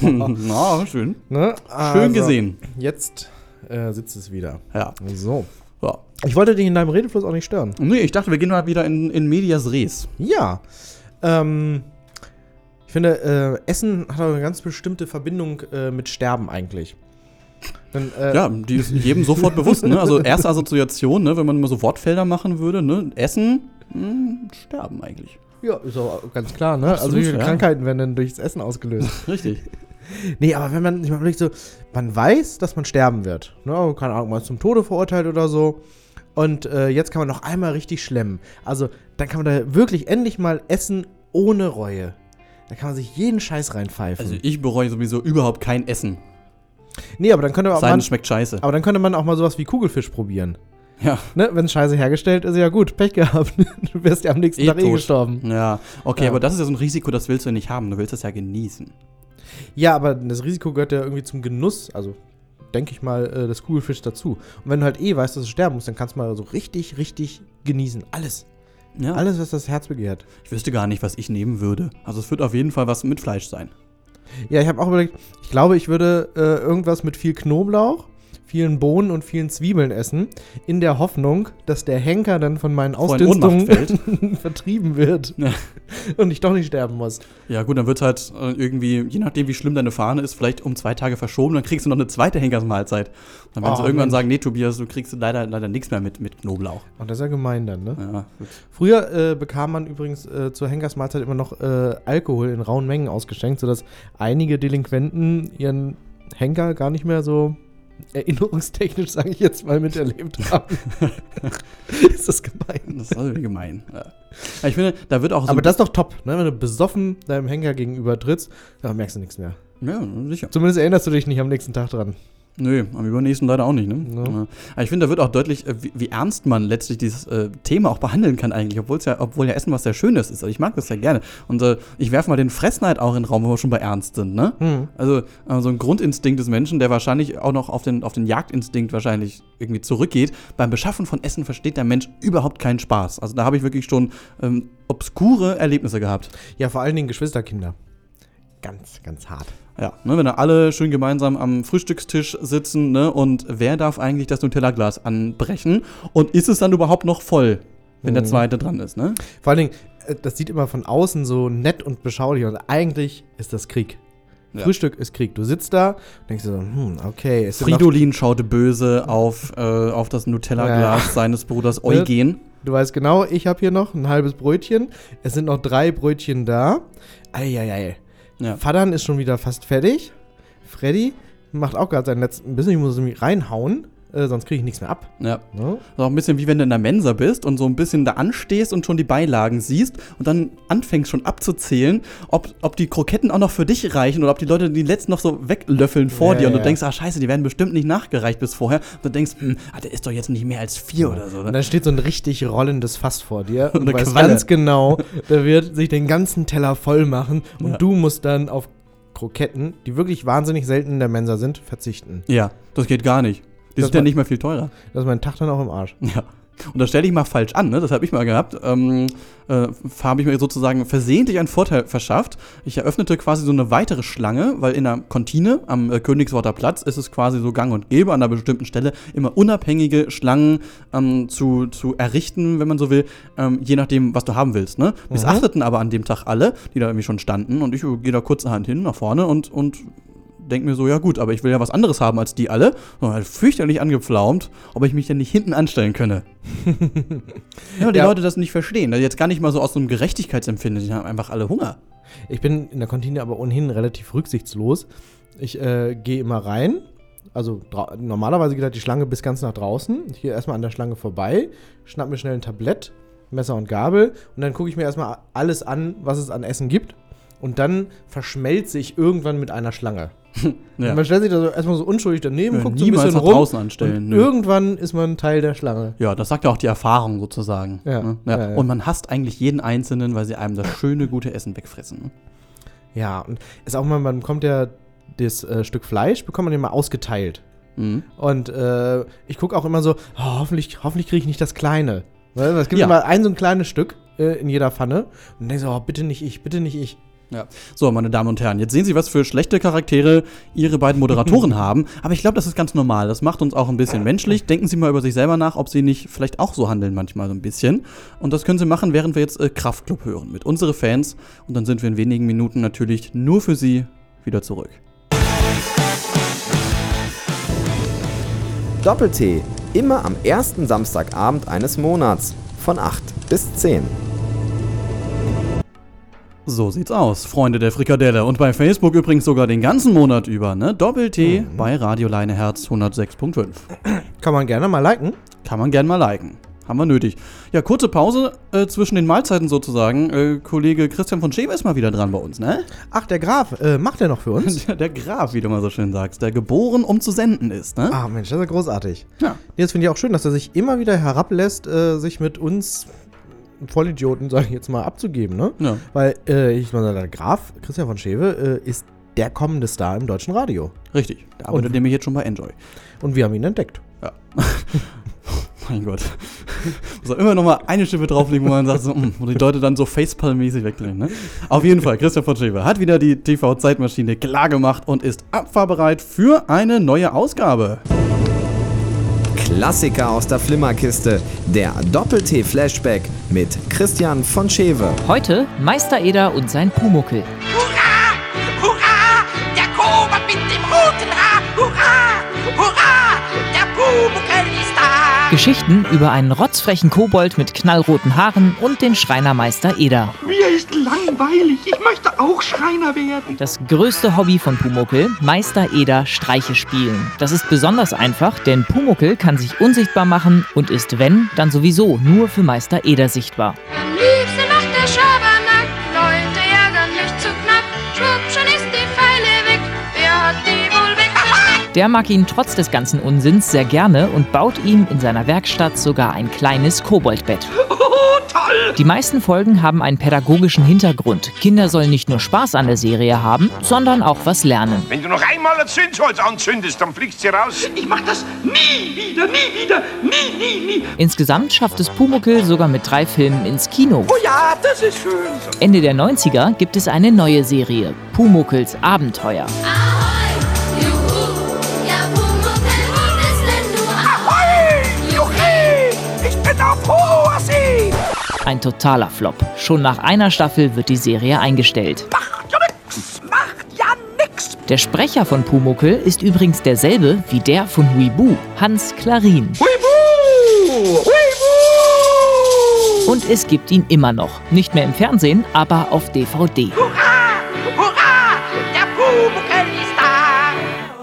S3: Na, schön.
S2: Ne?
S3: Schön gesehen.
S2: Jetzt äh, sitzt es wieder.
S3: Ja.
S2: So.
S3: Ja.
S2: Ich wollte dich in deinem Redefluss auch nicht stören.
S3: Nee, ich dachte, wir gehen mal wieder in, in Medias Res.
S2: Ja. Ähm, ich finde, äh, Essen hat auch eine ganz bestimmte Verbindung äh, mit Sterben eigentlich. Denn, äh,
S3: Ja, die ist jedem sofort bewusst, ne? Also erste Assoziation, ne, wenn man mal so Wortfelder machen würde, ne? Essen, mh, sterben eigentlich.
S2: Ja, ist auch ganz klar, ne?
S3: Absolut,
S2: also wie viele
S3: ja.
S2: Krankheiten werden denn durchs Essen ausgelöst?
S3: Richtig.
S2: Nee, aber wenn man sich mal überlegt, so, man weiß, dass man sterben wird. Ne? Keine Ahnung, man ist zum Tode verurteilt oder so. Und äh, jetzt kann man noch einmal richtig schlemmen. Also, dann kann man da wirklich endlich mal essen ohne Reue. Da kann man sich jeden Scheiß reinpfeifen.
S3: Also ich bereue sowieso überhaupt kein Essen.
S2: Nee, aber dann könnte man auch
S3: Sein
S2: mal,
S3: schmeckt scheiße.
S2: aber dann könnte man auch mal sowas wie Kugelfisch probieren.
S3: Ja.
S2: Ne? Wenn es scheiße hergestellt ist, ja gut, Pech gehabt. Du wärst ja am nächsten
S3: Eh
S2: Tag eh
S3: tot.
S2: gestorben.
S3: Ja, okay,
S2: Ja.
S3: aber das ist ja so ein Risiko, das willst du nicht haben. Du willst das ja genießen.
S2: Ja, aber das Risiko gehört ja irgendwie zum Genuss, also denke ich mal, äh, des Kugelfischs dazu. Und wenn du halt eh weißt, dass du sterben musst, dann kannst du mal so richtig, richtig genießen. Alles.
S3: Ja.
S2: Alles, was das Herz begehrt.
S3: Ich wüsste gar nicht, was ich nehmen würde. Also es wird auf jeden Fall was mit Fleisch sein.
S2: Ja, ich habe auch überlegt, ich glaube, ich würde äh, irgendwas mit viel Knoblauch, vielen Bohnen und vielen Zwiebeln essen, in der Hoffnung, dass der Henker dann von meinen
S3: Vor in Ohnmacht
S2: Ausdünstungen vertrieben wird
S3: Ja.
S2: und ich doch nicht sterben muss.
S3: Ja gut, dann wird es halt äh, irgendwie, je nachdem wie schlimm deine Fahne ist, vielleicht um zwei Tage verschoben, dann kriegst du noch eine zweite Henkersmahlzeit. Dann werden
S2: Oh,
S3: sie irgendwann
S2: Mensch.
S3: sagen, nee Tobias, du kriegst leider, leider nichts mehr mit, mit Knoblauch.
S2: Und das ist ja gemein dann, ne?
S3: Ja, gut.
S2: Früher äh, bekam man übrigens äh, zur Henkersmahlzeit immer noch äh, Alkohol in rauen Mengen ausgeschenkt, sodass einige Delinquenten ihren Henker gar nicht mehr so erinnerungstechnisch, sage ich jetzt mal, miterlebt haben. Ist das gemein?
S3: Das ist irgendwie gemein. Ja. Aber ich finde, da wird auch so.
S2: Aber das ist doch top, ne? Wenn du besoffen deinem Henker gegenüber trittst, dann merkst du nichts mehr.
S3: Ja, sicher.
S2: Zumindest erinnerst du dich nicht am nächsten Tag dran.
S3: Nö, am übernächsten leider auch nicht, ne?
S2: Ja.
S3: Ja. Aber ich finde, da wird auch deutlich, äh, wie, wie ernst man letztlich dieses äh, Thema auch behandeln kann eigentlich, obwohl's ja, obwohl ja Essen was sehr Schönes ist. Also ich mag das sehr gerne. Und äh, ich werfe mal den Fressneid auch in den Raum, wo wir schon bei ernst sind, ne?
S2: Hm.
S3: Also äh, so ein Grundinstinkt des Menschen, der wahrscheinlich auch noch auf den, auf den Jagdinstinkt wahrscheinlich irgendwie zurückgeht. Beim Beschaffen von Essen versteht der Mensch überhaupt keinen Spaß. Also da habe ich wirklich schon ähm, obskure Erlebnisse gehabt.
S2: Ja, vor allen Dingen Geschwisterkinder. ganz, ganz hart.
S3: Ja, ne, wenn da alle schön gemeinsam am Frühstückstisch sitzen, ne, und wer darf eigentlich das Nutella-Glas anbrechen? Und ist es dann überhaupt noch voll, wenn mhm. der zweite dran ist, ne?
S2: Vor allen Dingen, das sieht immer von außen so nett und beschaulich aus. Eigentlich ist das Krieg. Ja. Frühstück ist Krieg. Du sitzt da und denkst so, hm, okay.
S3: Fridolin schaute böse auf, äh, auf das Nutella-Glas ja. seines Bruders Eugen.
S2: Du weißt genau, ich habe hier noch ein halbes Brötchen. Es sind noch drei Brötchen da. Eieiei. Ja. Vadan ist schon wieder fast fertig. Freddy macht auch gerade seinen letzten Bissen. Ich muss mich reinhauen, äh, sonst kriege ich nichts mehr ab.
S3: Ja. ja. Das ist auch ein bisschen wie wenn du in der Mensa bist und so ein bisschen da anstehst und schon die Beilagen siehst und dann anfängst schon abzuzählen, ob, ob die Kroketten auch noch für dich reichen oder ob die Leute die letzten noch so weglöffeln vor ja, dir und du ja. denkst, ah scheiße, die werden bestimmt nicht nachgereicht bis vorher. Und du denkst, hm, ah, der ist doch jetzt nicht mehr als vier ja. oder so. Ne?
S2: Und dann steht so ein richtig rollendes Fass vor dir und du weißt ganz genau, der wird sich den ganzen Teller voll machen und ja. du musst dann auf Kroketten, die wirklich wahnsinnig selten in der Mensa sind, verzichten.
S3: Ja, das geht gar nicht. Die sind ja nicht mehr viel teurer.
S2: Das ist mein Tag dann auch im Arsch.
S3: Ja. Und das stelle ich mal falsch an, ne? Das habe ich mal gehabt. Ähm, äh, habe ich mir sozusagen versehentlich einen Vorteil verschafft. Ich eröffnete quasi so eine weitere Schlange, weil in der Kantine am äh, Königsworter Platz ist es quasi so gang und gäbe, an einer bestimmten Stelle immer unabhängige Schlangen ähm, zu, zu errichten, wenn man so will, ähm, je nachdem, was du haben willst. Ne? Missachteten aber an dem Tag alle, die da irgendwie schon standen. Und ich gehe da kurzerhand hin, nach vorne und, und denke mir so, ja gut, aber ich will ja was anderes haben als die alle. Und halt fürchterlich angepflaumt, ob ich mich denn nicht hinten anstellen könne. ja, weil die ja. Leute das nicht verstehen. Also jetzt gar nicht mal so aus so einem Gerechtigkeitsempfinden. Die haben einfach alle Hunger.
S2: Ich bin in der Kantine aber ohnehin relativ rücksichtslos. Ich äh, gehe immer rein. Also dra- normalerweise geht halt die Schlange bis ganz nach draußen. Ich gehe erstmal an der Schlange vorbei, schnapp mir schnell ein Tablett, Messer und Gabel und dann gucke ich mir erstmal alles an, was es an Essen gibt. Und dann verschmelze ich irgendwann mit einer Schlange. Ja. Man stellt sich da so erstmal so unschuldig daneben, ja, guckt so ein bisschen rum
S3: draußen anstellen,
S2: und
S3: nö.
S2: irgendwann ist man Teil der Schlange.
S3: Ja, das sagt ja auch die Erfahrung sozusagen.
S2: Ja.
S3: Ne? Ja.
S2: Ja, ja.
S3: Und man hasst eigentlich jeden Einzelnen, weil sie einem das schöne, gute Essen wegfressen. Ne?
S2: Ja, und ist auch mal, man bekommt ja das äh, Stück Fleisch, bekommt man ja mal ausgeteilt. Mhm. Und äh, ich gucke auch immer so, oh, hoffentlich, hoffentlich kriege ich nicht das Kleine. Weil es gibt ja. immer ein so ein kleines Stück äh, in jeder Pfanne. Und dann denkst du, oh, bitte nicht ich, bitte nicht ich.
S3: Ja. So, meine Damen und Herren, jetzt sehen Sie, was für schlechte Charaktere Ihre beiden Moderatoren haben. Aber ich glaube, das ist ganz normal. Das macht uns auch ein bisschen menschlich. Denken Sie mal über sich selber nach, ob Sie nicht vielleicht auch so handeln manchmal so ein bisschen. Und das können Sie machen, während wir jetzt äh, Kraftklub hören mit unsere Fans. Und dann sind wir in wenigen Minuten natürlich nur für Sie wieder zurück.
S4: Doppel-T. Immer am ersten Samstagabend eines Monats. Von acht bis zehn.
S3: So sieht's aus, Freunde der Frikadelle. Und bei Facebook übrigens sogar den ganzen Monat über, ne? Doppel-T mhm. bei Radio Leineherz hundertsechs Komma fünf.
S2: Kann man gerne mal liken.
S3: Kann man gerne mal liken. Haben wir nötig. Ja, kurze Pause äh, zwischen den Mahlzeiten sozusagen. Äh, Kollege Christian von Schewe ist mal wieder dran bei uns, ne?
S2: Ach, der Graf, äh, macht der noch für uns?
S3: der, der Graf, wie du mal so schön sagst, der geboren, um zu senden ist, ne?
S2: Ah, Mensch, das ist ja großartig.
S3: Ja.
S2: Jetzt finde ich auch schön, dass er sich immer wieder herablässt, äh, sich mit uns Vollidioten, sage ich jetzt mal, abzugeben, ne?
S3: Ja.
S2: Weil, äh, ich meine, der Graf, Christian von Schewe, äh, ist der kommende Star im deutschen Radio.
S3: Richtig, der arbeitet nämlich jetzt schon bei Enjoy.
S2: Und wir haben ihn entdeckt.
S3: Ja. Mein Gott. Muss auch immer noch mal eine Schippe drauflegen, wo man sagt, so, mh, wo die Leute dann so facepalm-mäßig wegdrehen, ne? Auf jeden Fall, Christian von Schewe hat wieder die T V-Zeitmaschine klar gemacht und ist abfahrbereit für eine neue Ausgabe.
S4: Klassiker aus der Flimmerkiste, der Doppel-T-Flashback mit Christian von Schewe.
S16: Heute Meister Eder und sein Pumuckl.
S17: Hurra! Hurra! Der Kobold mit dem roten Haar! Hurra! Hurra! Der Pumuckl ist da!
S16: Geschichten über einen rotzfrechen Kobold mit knallroten Haaren und den Schreinermeister Eder.
S17: Mir ist langweilig. Ich möchte auch Schreiner werden.
S16: Das größte Hobby von Pumuckl, Meister Eder Streiche spielen. Das ist besonders einfach, denn Pumuckl kann sich unsichtbar machen und ist, wenn, dann sowieso nur für Meister Eder sichtbar.
S18: Am liebsten macht der Schabernack, Leute ärgern mich zu knapp. Schwupp, schon ist die Pfeile weg. Wer hat die wohl weggesteckt?
S16: Der mag ihn trotz des ganzen Unsinns sehr gerne und baut ihm in seiner Werkstatt sogar ein kleines Koboldbett.
S17: Oh, toll! toll!
S16: Die meisten Folgen haben einen pädagogischen Hintergrund. Kinder sollen nicht nur Spaß an der Serie haben, sondern auch was lernen.
S17: Wenn du noch einmal ein Zündholz anzündest, dann fliegst du raus. Ich mach das nie wieder, nie wieder, nie, nie, nie.
S16: Insgesamt schafft es Pumuckl sogar mit drei Filmen ins Kino.
S17: Oh ja, das ist schön.
S16: Ende der neunziger gibt es eine neue Serie, Pumuckls Abenteuer.
S17: Auf hoher See!
S16: Ein totaler Flop. Schon nach einer Staffel wird die Serie eingestellt.
S17: Macht ja nix! Macht ja nix!
S16: Der Sprecher von Pumuckl ist übrigens derselbe wie der von Huibu, Hans Klarin.
S17: Huibu! Huibu!
S16: Und es gibt ihn immer noch. Nicht mehr im Fernsehen, aber auf D V D.
S17: Hurra! Hurra! Der Pumuckl ist da!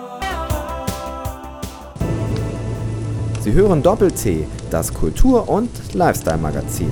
S4: Sie hören Doppel-T, das Kultur- und Lifestyle-Magazin.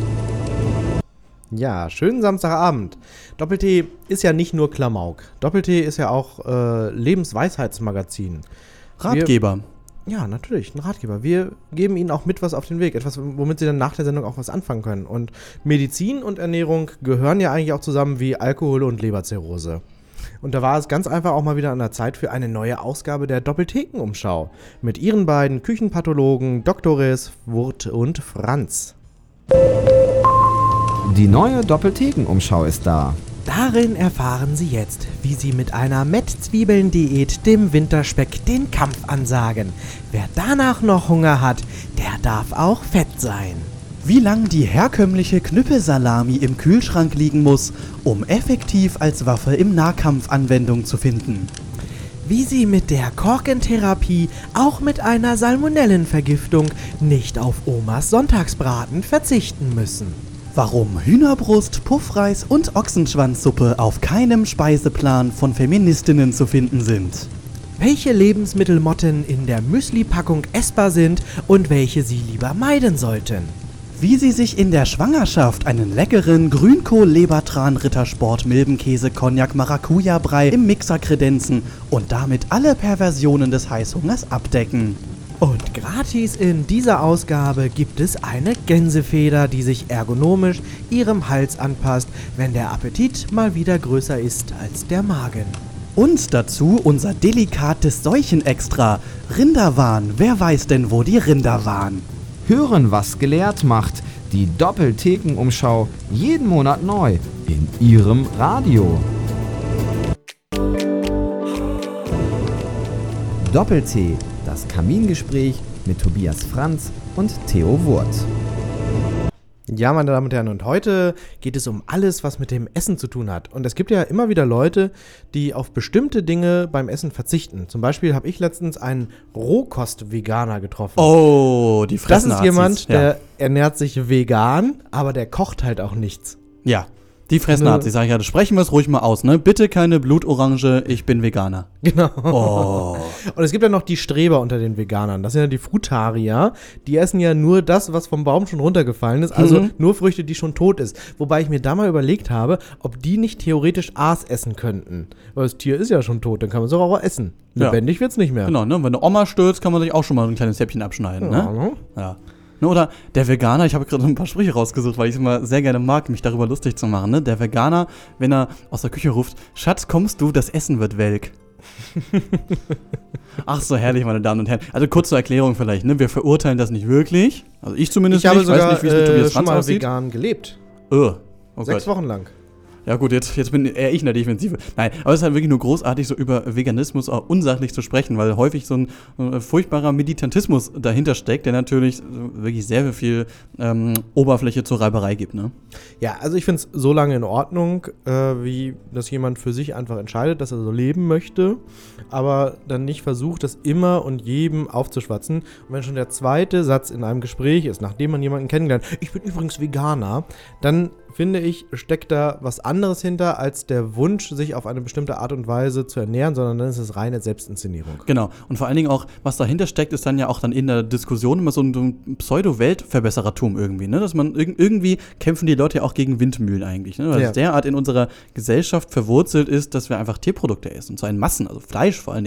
S2: Ja, schönen Samstagabend. Doppel-T ist ja nicht nur Klamauk. Doppel-T ist ja auch äh, Lebensweisheitsmagazin.
S3: Ratgeber.
S2: Wir, ja, natürlich, ein Ratgeber. Wir geben Ihnen auch mit was auf den Weg. Etwas, womit Sie dann nach der Sendung auch was anfangen können. Und Medizin und Ernährung gehören ja eigentlich auch zusammen wie Alkohol und Leberzirrhose. Und da war es ganz einfach auch mal wieder an der Zeit für eine neue Ausgabe der Doppeltheken-Umschau mit ihren beiden Küchenpathologen Doktores Wurt und Franz.
S4: Die neue Doppeltheken-Umschau ist da.
S2: Darin erfahren Sie jetzt, wie Sie mit einer Mettzwiebeln-Diät dem Winterspeck den Kampf ansagen. Wer danach noch Hunger hat, der darf auch fett sein.
S3: Wie lang die herkömmliche Knüppelsalami im Kühlschrank liegen muss, um effektiv als Waffe im Nahkampf Anwendung zu finden.
S2: Wie Sie mit der Korkentherapie auch mit einer Salmonellenvergiftung nicht auf Omas Sonntagsbraten verzichten müssen.
S3: Warum Hühnerbrust, Puffreis und Ochsenschwanzsuppe auf keinem Speiseplan von Feministinnen zu finden sind.
S2: Welche Lebensmittelmotten in der Müsli-Packung essbar sind und welche Sie lieber meiden sollten.
S3: Wie Sie sich in der Schwangerschaft einen leckeren Grünkohl-Lebertran-Rittersport-Milbenkkäse-Cognac-Maracuja-Brei im Mixer kredenzen und damit alle Perversionen des Heißhungers abdecken.
S2: Und gratis in dieser Ausgabe gibt es eine Gänsefeder, die sich ergonomisch Ihrem Hals anpasst, wenn der Appetit mal wieder größer ist als der Magen.
S3: Und dazu unser delikates Seuchenextra. Rinderwahn, wer weiß denn, wo die Rinder waren?
S4: Hören, was gelehrt macht. Die Doppeltheken-Umschau jeden Monat neu in Ihrem Radio. Doppel-T, das Kamingespräch mit Tobias Franz und Theo Wurt.
S2: Ja, meine Damen und Herren, und heute geht es um alles, was mit dem Essen zu tun hat. Und es gibt ja immer wieder Leute, die auf bestimmte Dinge beim Essen verzichten. Zum Beispiel habe ich letztens einen Rohkost-Veganer getroffen.
S3: Oh, die fressen
S2: Das ist jemand,
S3: ja.
S2: der ernährt sich vegan, aber der kocht halt auch nichts.
S3: Ja, die fressen Nazis. Sag ich ja, das sprechen wir es ruhig mal aus, ne? Bitte keine Blutorange, ich bin Veganer.
S2: Genau.
S3: Oh.
S2: Und es gibt ja noch die Streber unter den Veganern. Das sind ja die Frutarier. Die essen ja nur das, was vom Baum schon runtergefallen ist. Also
S3: Mhm.
S2: nur Früchte, die schon tot ist. Wobei ich mir da mal überlegt habe, ob die nicht theoretisch Aas essen könnten. Weil das Tier ist ja schon tot, dann kann man es doch auch essen.
S3: Ja.
S2: Lebendig wird's nicht mehr.
S3: Genau, ne? Wenn eine Oma stürzt, kann man sich auch schon mal ein kleines Häppchen abschneiden,
S2: Ja,
S3: ne?
S2: ne?
S3: Ja. Ne, oder der Veganer, ich habe gerade ein paar Sprüche rausgesucht, weil ich es immer sehr gerne mag, mich darüber lustig zu machen, ne? Der Veganer, wenn er aus der Küche ruft, Schatz, kommst du, das Essen wird welk. Ach, so herrlich, meine Damen und Herren. Also kurz zur Erklärung vielleicht, ne? Wir verurteilen das nicht wirklich. Also ich zumindest
S2: Ich habe
S3: nicht.
S2: sogar
S3: weiß nicht, wie es mit
S2: äh,
S3: Tobias
S2: schon
S3: Franz
S2: mal
S3: aussieht.
S2: vegan gelebt.
S3: Oh, oh
S2: Sechs
S3: Gott.
S2: Wochen lang.
S3: Ja gut, jetzt, jetzt bin eher ich in der Defensive. Nein, aber es ist halt wirklich nur großartig, so über Veganismus auch unsachlich zu sprechen, weil häufig so ein äh, furchtbarer Militantismus dahinter steckt, der natürlich wirklich sehr viel ähm, Oberfläche zur Reiberei gibt, ne?
S2: Ja, also ich finde es so lange in Ordnung, äh, wie dass jemand für sich einfach entscheidet, dass er so leben möchte, aber dann nicht versucht, das immer und jedem aufzuschwatzen. Und wenn schon der zweite Satz in einem Gespräch ist, nachdem man jemanden kennengelernt, ich bin übrigens Veganer, dann finde ich, steckt da was anderes hinter, als der Wunsch, sich auf eine bestimmte Art und Weise zu ernähren, sondern dann ist es reine Selbstinszenierung.
S3: Genau. Und vor allen Dingen auch, was dahinter steckt, ist dann ja auch dann in der Diskussion immer so ein, so ein Pseudo-Weltverbesserertum irgendwie, ne? Dass man irg- irgendwie kämpfen die Leute ja auch gegen Windmühlen eigentlich, ne? Weil
S2: Ja.
S3: es derart in unserer Gesellschaft verwurzelt ist, dass wir einfach Tierprodukte essen, und zwar in Massen, also Fleisch vor allen Dingen.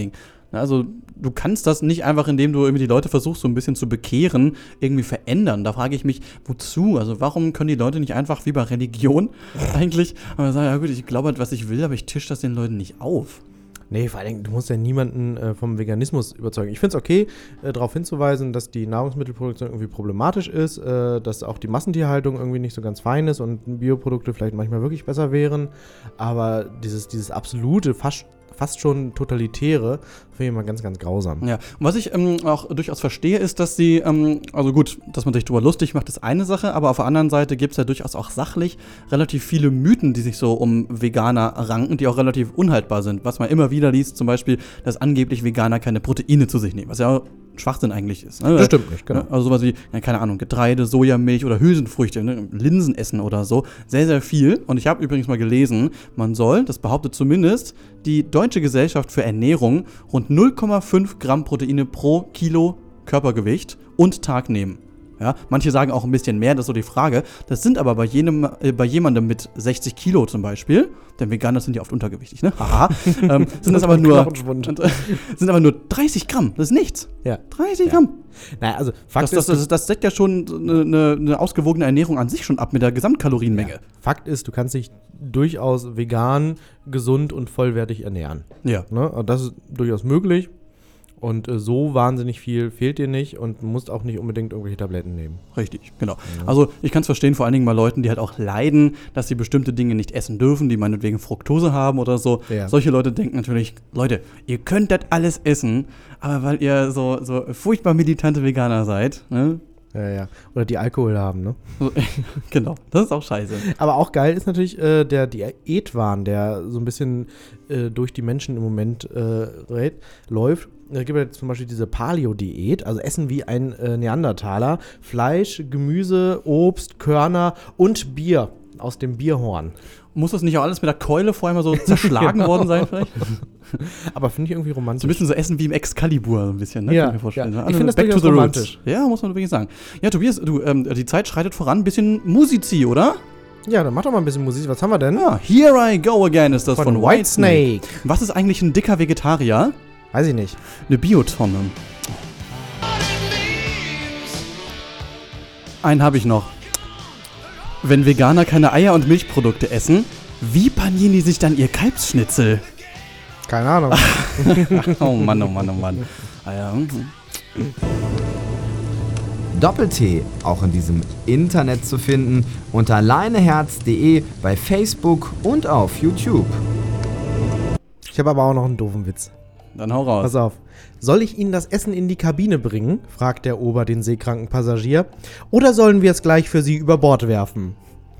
S3: Also du kannst das nicht einfach, indem du irgendwie die Leute versuchst, so ein bisschen zu bekehren, irgendwie verändern. Da frage ich mich, wozu? Also warum können die Leute nicht einfach wie bei Religion eigentlich aber sagen, ja gut, ich glaube halt, was ich will, aber ich tische das den Leuten nicht auf.
S2: Nee, vor allen Dingen, du musst ja niemanden äh, vom Veganismus überzeugen. Ich finde es okay, äh, darauf hinzuweisen, dass die Nahrungsmittelproduktion irgendwie problematisch ist, äh, dass auch die Massentierhaltung irgendwie nicht so ganz fein ist und Bioprodukte vielleicht manchmal wirklich besser wären. Aber dieses, dieses absolute, fast, fast schon totalitäre, finde ich immer ganz, ganz grausam.
S3: Ja, und was ich ähm, auch durchaus verstehe, ist, dass sie, ähm, also gut, dass man sich darüber lustig macht, ist eine Sache, aber auf der anderen Seite gibt es ja durchaus auch sachlich relativ viele Mythen, die sich so um Veganer ranken, die auch relativ unhaltbar sind. Was man immer wieder liest, zum Beispiel, dass angeblich Veganer keine Proteine zu sich nehmen, was ja auch Schwachsinn eigentlich ist. Ne?
S2: Das stimmt nicht, genau.
S3: Also sowas wie, ja, keine Ahnung, Getreide, Sojamilch oder Hülsenfrüchte, ne? Linsen essen oder so. Sehr, sehr viel. Und ich habe übrigens mal gelesen, man soll, das behauptet zumindest die Deutsche Gesellschaft für Ernährung, rund null Komma fünf Gramm Proteine pro Kilo Körpergewicht und Tag nehmen. Ja, manche sagen auch ein bisschen mehr, das ist so die Frage. Das sind aber bei, jenem, äh, bei jemandem mit sechzig Kilo zum Beispiel, denn Veganer sind ja oft untergewichtig, ne? Haha. ähm, sind das aber nur und, äh, sind aber nur dreißig Gramm. Das ist nichts.
S2: Ja.
S3: dreißig
S2: ja.
S3: Gramm.
S2: Naja, also Fakt
S3: das, das,
S2: ist,
S3: das, das deckt ja schon eine, eine ausgewogene Ernährung an sich schon ab mit der Gesamtkalorienmenge.
S2: Ja. Fakt ist, du kannst dich durchaus vegan, gesund und vollwertig ernähren.
S3: Ja.
S2: Ne? Und das ist durchaus möglich. Und äh, so wahnsinnig viel fehlt dir nicht und du musst auch nicht unbedingt irgendwelche Tabletten nehmen.
S3: Richtig, genau. Ja. Also ich kann es verstehen, vor allen Dingen bei Leuten, die halt auch leiden, dass sie bestimmte Dinge nicht essen dürfen, die meinetwegen Fructose haben oder so.
S2: Ja.
S3: Solche Leute denken natürlich, Leute, ihr könnt das alles essen, aber weil ihr so, so furchtbar militante Veganer seid, ne?
S2: Ja, ja. Oder die Alkohol haben, ne?
S3: Genau, das ist auch scheiße.
S2: Aber auch geil ist natürlich äh, der Diätwahn, der so ein bisschen äh, durch die Menschen im Moment äh, läuft. Es gibt ja zum Beispiel diese Paleo-Diät, also Essen wie ein äh, Neandertaler. Fleisch, Gemüse, Obst, Körner und Bier aus dem Bierhorn.
S3: Muss das nicht auch alles mit der Keule vorher mal so zerschlagen
S2: genau.
S3: worden sein vielleicht?
S2: Aber finde ich irgendwie romantisch.
S3: So ein bisschen so Essen wie im Excalibur, so ein bisschen, ne?
S2: Ja,
S3: Kann ich mir vorstellen.
S2: ja.
S3: Also
S2: Ich finde das
S3: back
S2: durchaus
S3: to the
S2: romantisch.
S3: Roots. Ja, muss man wirklich sagen. Ja, Tobias, du, ähm, die Zeit schreitet voran, ein bisschen Musizi, oder?
S2: Ja, dann mach doch mal ein bisschen Musik. Was haben wir denn?
S3: Ja, Here I Go Again ist das von,
S2: von
S3: Whitesnake.
S2: Whitesnake.
S3: Was ist eigentlich ein dicker Vegetarier?
S2: Weiß ich nicht.
S3: Eine Biotonne. Einen habe ich noch. Wenn Veganer keine Eier und Milchprodukte essen, wie panieren die sich dann ihr Kalbsschnitzel?
S2: Keine Ahnung.
S3: Oh Mann, oh Mann, oh Mann. Ah, ja.
S4: Doppel-T, auch in diesem Internet zu finden, unter leineherz punkt de, bei Facebook und auf YouTube.
S2: Ich habe aber auch noch einen doofen Witz.
S3: Dann hau raus.
S2: Pass auf. Soll ich Ihnen das Essen in die Kabine bringen? Fragt der Ober den seekranken Passagier. Oder sollen wir es gleich für Sie über Bord werfen?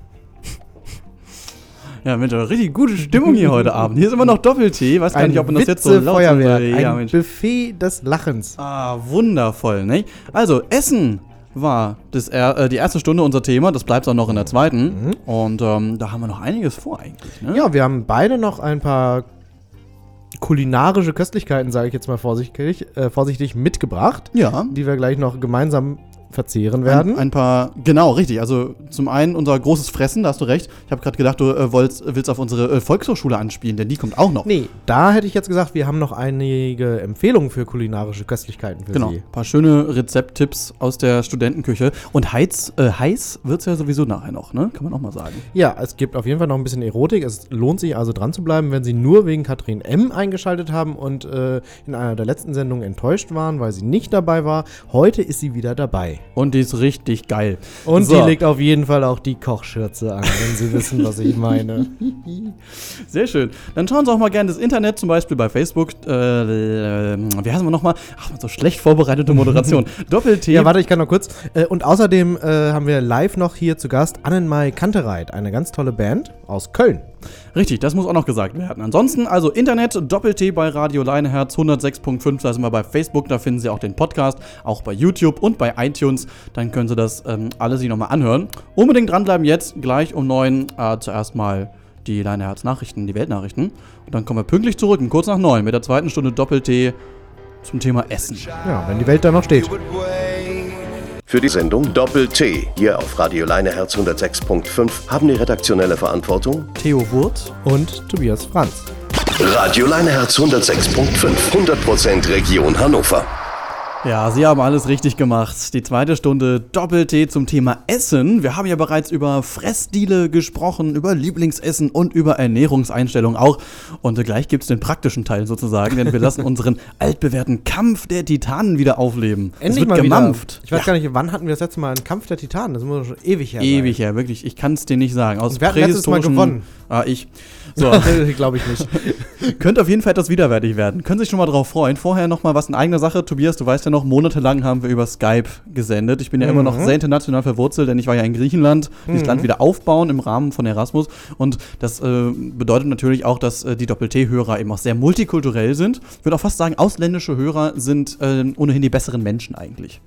S3: Ja, Mensch, richtig gute Stimmung hier heute Abend. Hier ist immer noch Doppel-T. Weiß gar
S2: ein
S3: nicht, ob man das jetzt so laut
S2: Feuerwerk,
S3: sagt. Ja,
S2: ein
S3: Mensch.
S2: Buffet des Lachens.
S3: Ah, wundervoll, ne? Also, Essen war das, äh, die erste Stunde unser Thema. Das bleibt auch noch in der zweiten.
S2: Mhm.
S3: Und ähm, da haben wir noch einiges vor eigentlich, ne?
S2: Ja, wir haben beide noch ein paar kulinarische Köstlichkeiten, sage ich jetzt mal vorsichtig, äh, vorsichtig mitgebracht.
S3: Ja.
S2: Die wir gleich noch gemeinsam verzehren werden.
S3: Ein, ein paar, genau, richtig. Also zum einen unser großes Fressen, da hast du recht. Ich habe gerade gedacht, du äh, wolltest, willst auf unsere äh, Volkshochschule anspielen, denn die kommt auch noch.
S2: Nee, da hätte ich jetzt gesagt, wir haben noch einige Empfehlungen für kulinarische Köstlichkeiten für
S3: genau,
S2: Sie.
S3: Genau, ein paar schöne Rezepttipps aus der Studentenküche. Und heiz, äh, heiß wird es ja sowieso nachher noch, ne? Kann man auch mal sagen.
S2: Ja, es gibt auf jeden Fall noch ein bisschen Erotik. Es lohnt sich also dran zu bleiben, wenn Sie nur wegen Katrin M. eingeschaltet haben und äh, in einer der letzten Sendungen enttäuscht waren, weil sie nicht dabei war. Heute ist sie wieder dabei.
S3: Und die ist richtig geil.
S2: Und
S3: so.
S2: die legt auf jeden Fall auch die Kochschürze an, wenn Sie wissen, was ich meine.
S3: Sehr schön. Dann schauen Sie auch mal gerne das Internet, zum Beispiel bei Facebook. Äh, äh, wie heißen wir nochmal? Ach, so schlecht vorbereitete Moderation. Doppel-T.
S2: Ja, warte, ich kann noch kurz. Äh, und außerdem äh, haben wir live noch hier zu Gast Annenmai Kantereit, eine ganz tolle Band aus Köln.
S3: Richtig, das muss auch noch gesagt werden. Ansonsten, also Internet, Doppel-T bei Radio Leineherz hundertsechs Komma fünf, da sind wir bei Facebook, da finden Sie auch den Podcast, auch bei YouTube und bei iTunes. Dann können Sie das ähm, alle sich nochmal anhören. Unbedingt dranbleiben jetzt, gleich um neun, äh, zuerst mal die Leineherz Nachrichten, die Weltnachrichten. Und dann kommen wir pünktlich zurück, kurz nach neun, mit der zweiten Stunde Doppel-T zum Thema Essen.
S2: Ja, wenn die Welt da noch steht.
S1: Für die Sendung Doppel-T hier auf Radio Leineherz hundertsechs Komma fünf haben die redaktionelle Verantwortung
S3: Theo Wurth
S2: und Tobias Franz.
S1: Radio Leineherz hundertsechs Komma fünf. hundert Prozent Region Hannover.
S3: Ja, Sie haben alles richtig gemacht. Die zweite Stunde Doppel-T zum Thema Essen. Wir haben ja bereits über Fressstile gesprochen, über Lieblingsessen und über Ernährungseinstellungen auch. Und äh, gleich gibt es den praktischen Teil sozusagen, denn wir lassen unseren altbewährten Kampf der Titanen wieder aufleben.
S2: Endlich
S3: es wird
S2: mal
S3: gemampft.
S2: Wieder. Ich weiß
S3: ja.
S2: gar nicht, wann hatten wir das letzte Mal einen Kampf der Titanen? Das muss schon ewig her sein.
S3: Ewig her, wirklich. Ich kann es dir nicht sagen. Aus
S2: Und wer hat letztes Mal gewonnen?
S3: Ah, ich. So.
S2: Glaube ich nicht.
S3: Könnte auf jeden Fall etwas widerwärtig werden. Können sich schon mal drauf freuen. Vorher noch mal was in eigener Sache. Tobias, du weißt ja noch, monatelang haben wir über Skype gesendet. Ich bin ja
S2: Mhm.
S3: immer noch sehr international verwurzelt, denn ich war ja in Griechenland,
S2: Mhm.
S3: dieses Land wieder aufbauen im Rahmen von Erasmus. Und das äh, bedeutet natürlich auch, dass äh, die Doppel-T-Hörer eben auch sehr multikulturell sind. Ich würde auch fast sagen, ausländische Hörer sind äh, ohnehin die besseren Menschen eigentlich.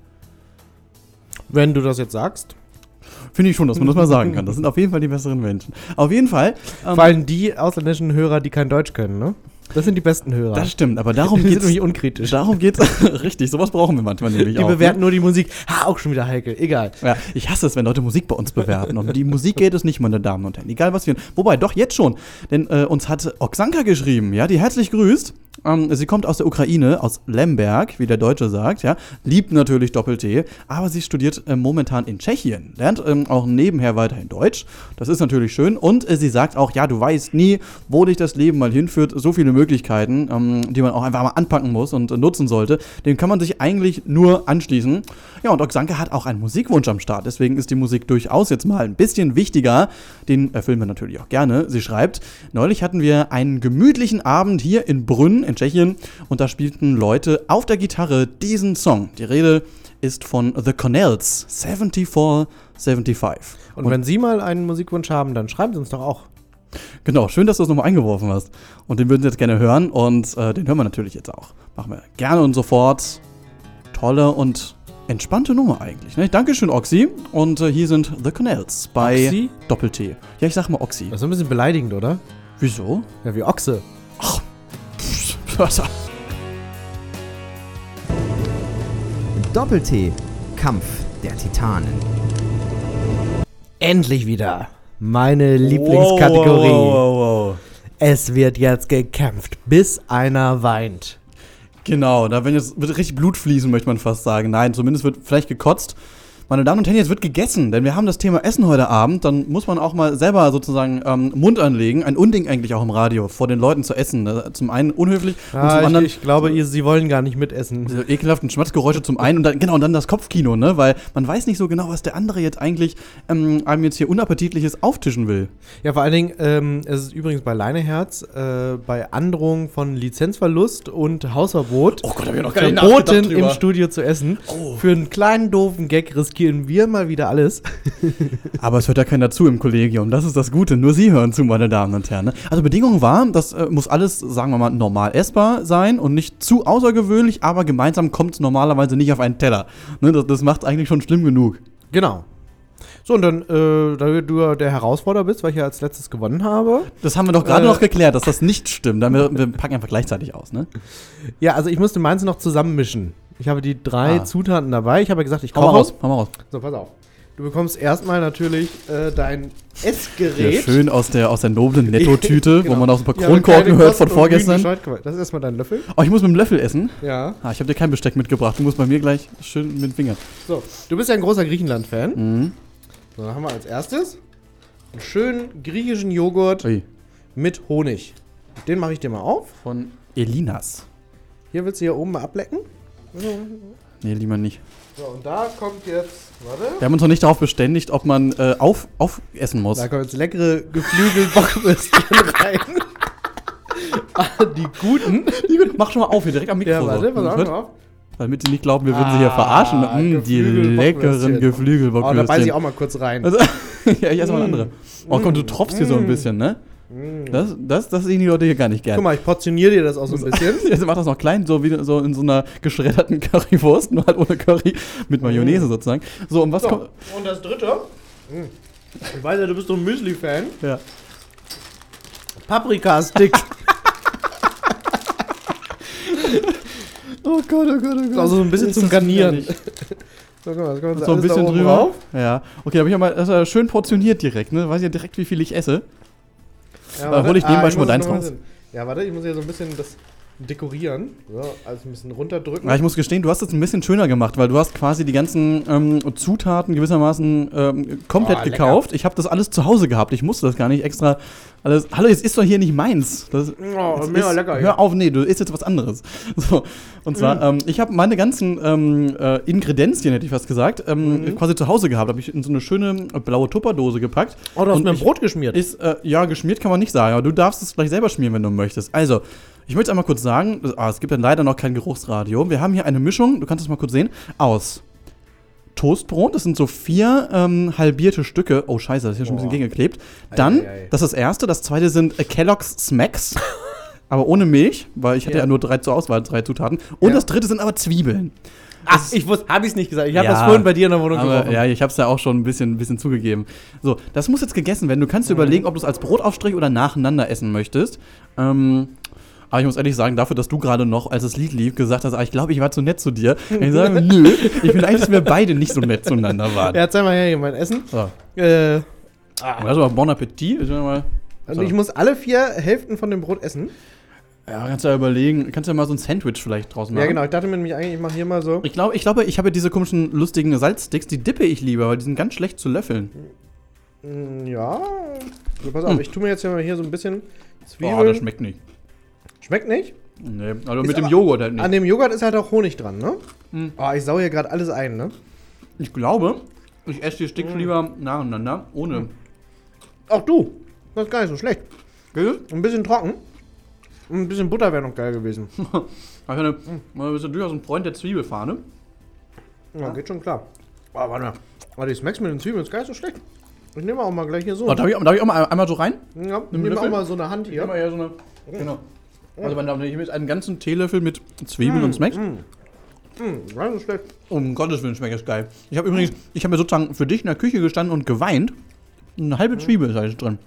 S2: Wenn du das jetzt sagst.
S3: Finde ich schon, dass man das mal sagen kann. Das sind auf jeden Fall die besseren Menschen. Auf jeden Fall. Ähm,
S2: Vor allem die ausländischen Hörer, die kein Deutsch können, ne? Das sind die besten Hörer.
S3: Das stimmt, aber darum
S2: die
S3: geht's.
S2: sind nämlich unkritisch.
S3: Darum geht's. Richtig, sowas brauchen wir manchmal nämlich
S2: die
S3: auch.
S2: Die bewerten
S3: ne?
S2: nur die Musik. Ha, auch schon wieder heikel. Egal.
S3: Ja, ich hasse es, wenn Leute Musik bei uns bewerten. Und die Musik geht es nicht, meine Damen und Herren. Egal was wir. Wobei, doch jetzt schon. Denn äh, uns hat Oksanka geschrieben, ja, die herzlich grüßt. Ähm, sie kommt aus der Ukraine, aus Lemberg, wie der Deutsche sagt, ja. Liebt natürlich Doppel-T, aber sie studiert äh, momentan in Tschechien. Lernt ähm, auch nebenher weiterhin Deutsch. Das ist natürlich schön. Und äh, sie sagt auch, ja, du weißt nie, wo dich das Leben mal hinführt. So viele Möglichkeiten, ähm, die man auch einfach mal anpacken muss und äh, nutzen sollte. Dem kann man sich eigentlich nur anschließen. Ja, und Oksanka hat auch einen Musikwunsch am Start. Deswegen ist die Musik durchaus jetzt mal ein bisschen wichtiger. Den erfüllen wir natürlich auch gerne. Sie schreibt, neulich hatten wir einen gemütlichen Abend hier in Brünn in Tschechien und da spielten Leute auf der Gitarre diesen Song. Die Rede ist von The Cornells, seventy-four seventy-five.
S2: Und, und wenn Sie mal einen Musikwunsch haben, dann schreiben Sie uns doch auch.
S3: Genau, schön, dass du es nochmal eingeworfen hast. Und den würden Sie jetzt gerne hören und äh, den hören wir natürlich jetzt auch. Machen wir gerne und sofort. Tolle und entspannte Nummer eigentlich. Ne? Dankeschön, Oxy. Und äh, hier sind The Cornells bei
S2: Oxy?
S3: Doppel-T. Ja, ich sag mal Oxy.
S2: Das ist ein bisschen beleidigend, oder?
S3: Wieso?
S2: Ja, wie Ochse.
S3: Ach, was?
S4: Doppel-T. Kampf der Titanen.
S2: Endlich wieder. Meine Lieblingskategorie.
S3: Wow, wow, wow.
S2: Es wird jetzt gekämpft, bis einer weint.
S3: Genau, da wenn jetzt wird richtig Blut fließen, möchte man fast sagen. Nein, zumindest wird vielleicht gekotzt. Meine Damen und Herren, jetzt wird gegessen, denn wir haben das Thema Essen heute Abend. Dann muss man auch mal selber sozusagen ähm, Mund anlegen. Ein Unding eigentlich auch im Radio, vor den Leuten zu essen. Zum einen unhöflich
S2: ah,
S3: und zum
S2: ich,
S3: anderen...
S2: Ich glaube, ihr, sie wollen gar nicht mitessen.
S3: Diese ekelhaften Schmatzgeräusche zum einen und dann, genau, und dann das Kopfkino, ne? Weil man weiß nicht so genau, was der andere jetzt eigentlich ähm, einem jetzt hier Unappetitliches auftischen will.
S2: Ja, vor allen Dingen, ähm, es ist übrigens bei Leineherz, äh, bei Androhung von Lizenzverlust und Hausverbot,
S3: oh Gott, hab ich noch gar nicht
S2: verboten
S3: drüber.
S2: im Studio zu essen.
S3: Oh.
S2: Für einen kleinen doofen Gag riskieren wir mal wieder alles.
S3: Aber es hört ja keiner zu im Kollegium. Das ist das Gute. Nur Sie hören zu, meine Damen und Herren. Also Bedingung war, das äh, muss alles, sagen wir mal, normal essbar sein und nicht zu außergewöhnlich, aber gemeinsam kommt es normalerweise nicht auf einen Teller. Ne, das das macht es eigentlich schon schlimm genug.
S2: Genau. So, und dann, äh, da du der Herausforderer bist, weil ich ja als letztes gewonnen habe.
S3: Das haben wir doch gerade
S2: äh,
S3: noch geklärt, dass das nicht stimmt. Dann wir, wir packen einfach gleichzeitig aus, ne?
S2: Ja, also ich musste meins noch zusammenmischen. Ich habe die drei
S3: Ah.
S2: Zutaten dabei. Ich habe ja gesagt, ich
S3: Hau mal
S2: koche.
S3: raus, hau mal raus.
S2: So, pass auf. Du bekommst erstmal natürlich äh, dein
S3: Ja,
S2: Essgerät.
S3: schön aus der, aus der noblen Nettotüte,
S2: Genau.
S3: wo man auch so ein paar
S2: Ja,
S3: Kronkorken
S2: keine
S3: hört von
S2: Kosten und Mühen
S3: vorgestern.
S2: Bescheid gemacht. Das ist erstmal dein Löffel.
S3: Oh, ich muss mit dem Löffel essen?
S2: Ja.
S3: Ah, ich habe dir kein Besteck mitgebracht. Du musst bei mir gleich schön mit dem Finger.
S2: So, du bist ja ein großer Griechenland-Fan.
S3: Mhm.
S2: So, dann haben wir als erstes einen schönen griechischen Joghurt
S3: Ui.
S2: mit Honig. Den mache ich dir mal auf.
S3: Von Elinas.
S2: Hier willst du hier oben mal ablecken.
S3: Nee, lieber nicht.
S2: So, und da kommt jetzt, warte.
S3: Wir haben uns noch nicht darauf beständigt, ob man äh, auf, aufessen muss.
S2: Da kommen jetzt leckere Geflügel-Bockwürstchen rein. Ah, die guten.
S3: Die guten. Mach schon mal auf hier, direkt am Mikro.
S2: Ja, warte,
S3: so.
S2: pass auf, pass auf.
S3: Damit die nicht glauben, wir würden sie hier verarschen. Mm, die leckeren
S2: Oh,
S3: Geflügelbockwürstchen.
S2: da beiß ich auch mal kurz rein.
S3: Also, ja, ich esse mal andere. Oh komm, du tropfst hier so ein bisschen, ne? Das, das, das sehen die Leute hier gar nicht gerne.
S2: Guck mal, ich portioniere dir das auch so ein bisschen.
S3: Jetzt macht das noch klein, so wie so in so einer geschredderten Currywurst, nur halt ohne Curry, mit Mayonnaise sozusagen. So, und was
S2: So,
S3: kommt...
S2: und das dritte. Ich weiß ja, du bist so ein Müsli-Fan.
S3: Ja.
S2: Paprika-Sticks.
S3: Oh Gott, oh Gott, oh Gott.
S2: Also so ein bisschen
S3: Ist
S2: zum
S3: das
S2: Garnieren.
S3: widerlich.
S2: So, guck mal, das kommt
S3: So ein
S2: alles da
S3: bisschen
S2: oben
S3: drüber.
S2: rauf.
S3: Ja. Okay, aber ich hab mal das ist schön portioniert direkt, ne? Weiß ja direkt, wie viel ich esse.
S2: Ja,
S3: Aber hol ich nebenbei
S2: ah,
S3: schon mal
S2: muss
S3: deins
S2: noch mal
S3: raus.
S2: sehen. Ja, warte, ich muss hier so ein bisschen das dekorieren. So, also ein bisschen runterdrücken.
S3: Ja, ich muss gestehen, du hast es ein bisschen schöner gemacht, weil du hast quasi die ganzen ähm, Zutaten gewissermaßen ähm, komplett
S2: Oh,
S3: gekauft. Ich habe das alles zu Hause gehabt. Ich musste das gar nicht extra alles. Hallo, jetzt ist doch hier nicht meins. Das,
S2: Oh, mega
S3: ist,
S2: lecker.
S3: Hör
S2: Ja.
S3: auf, nee, du isst jetzt was anderes. So, und zwar,
S2: Mm.
S3: ähm, ich habe meine ganzen ähm, äh, Ingredienzien, hätte ich fast gesagt, ähm,
S2: Mhm.
S3: quasi zu Hause gehabt. Habe ich in so eine schöne äh, blaue Tupperdose gepackt.
S2: Oh, du hast
S3: Und
S2: mir ein
S3: ich-
S2: Brot geschmiert.
S3: Ist, äh, ja, geschmiert kann man nicht sagen, aber du darfst es gleich selber schmieren, wenn du möchtest. Also, ich möchte einmal kurz sagen, ah, es gibt ja leider noch kein Geruchsradio. Wir haben hier eine Mischung, du kannst es mal kurz sehen, aus Toastbrot, das sind so vier ähm, halbierte Stücke. Oh, scheiße, das ist hier schon ein bisschen
S2: Boah.
S3: gegengeklebt. Dann,
S2: Ei, ei, ei.
S3: das ist das erste, das zweite sind äh, Kellogg's Smacks, aber ohne Milch, weil ich hatte
S2: Ja.
S3: ja nur drei zur Auswahl, drei Zutaten. Und
S2: Ja.
S3: das dritte sind aber Zwiebeln.
S2: Ach, ich wusste, hab ich's nicht gesagt. Ich habe
S3: Ja,
S2: das vorhin bei dir in der Wohnung
S3: aber,
S2: gerochen.
S3: Ja, ich hab's ja auch schon ein bisschen, ein bisschen zugegeben. So, das muss jetzt gegessen werden. Du kannst dir überlegen, ob du es als Brotaufstrich oder nacheinander essen möchtest. Ähm, aber ich muss ehrlich sagen, dafür, dass du gerade noch, als das Lied lief, gesagt hast, ah, ich glaube, ich war zu nett zu dir. Kann ich sagen, nö, ich finde eigentlich, dass wir beide nicht so nett zueinander waren.
S2: Ja, zeig mal her hier mein Essen.
S3: So.
S2: Äh,
S3: Also mal Bon Appetit. Ich mal,
S2: und
S3: so.
S2: ich muss alle vier Hälften von dem Brot essen.
S3: Ja, kannst du ja überlegen, kannst du ja mal so ein Sandwich vielleicht draus machen.
S2: Ja, genau. Ich dachte mir nämlich eigentlich, ich mache hier mal so.
S3: Ich glaube, ich, glaube, ich habe ja diese komischen, lustigen Salzsticks, die dippe ich lieber, weil die sind ganz schlecht zu löffeln.
S2: Mm, Ja. So, pass auf,
S3: Hm.
S2: ich tue mir jetzt hier mal hier so ein bisschen Zwiebeln.
S3: Boah, das schmeckt nicht.
S2: Schmeckt nicht?
S3: Nee, also
S2: Ist
S3: mit dem
S2: aber-
S3: Joghurt halt nicht.
S2: An dem Joghurt ist halt auch Honig dran, ne?
S3: Hm.
S2: Oh, ich sau hier gerade alles ein, ne?
S3: Ich glaube, ich esse die Sticks
S2: Mm.
S3: lieber nacheinander, ohne.
S2: Mm. Auch du. Das ist gar nicht so schlecht.
S3: Geht
S2: Ein bisschen trocken. Und ein bisschen Butter wäre noch geil gewesen.
S3: Also eine, man ist ja durchaus ein Freund der Zwiebelfahne.
S2: Ja, geht schon klar. Oh, warte mal. Oh, die Smacks mit den Zwiebeln ist gar nicht so schlecht. Ich nehme auch mal gleich hier so.
S3: Oh, darf, ich, darf ich auch mal einmal so rein?
S2: Ja, ich
S3: Nimm
S2: nehme auch
S3: Löffel?
S2: mal so eine Hand
S3: Ich
S2: hier.
S3: nehme mal hier so eine. Genau. Also, meine Damen und Herren, ich nehme jetzt einen ganzen Teelöffel mit Zwiebeln
S2: Mm,
S3: und Smacks.
S2: Mm. Mm, gar nicht so schlecht.
S3: Um Gottes Willen, schmeckt das geil. Ich habe übrigens, ich habe mir sozusagen für dich in der Küche gestanden und geweint. Eine halbe Zwiebel ist eigentlich drin.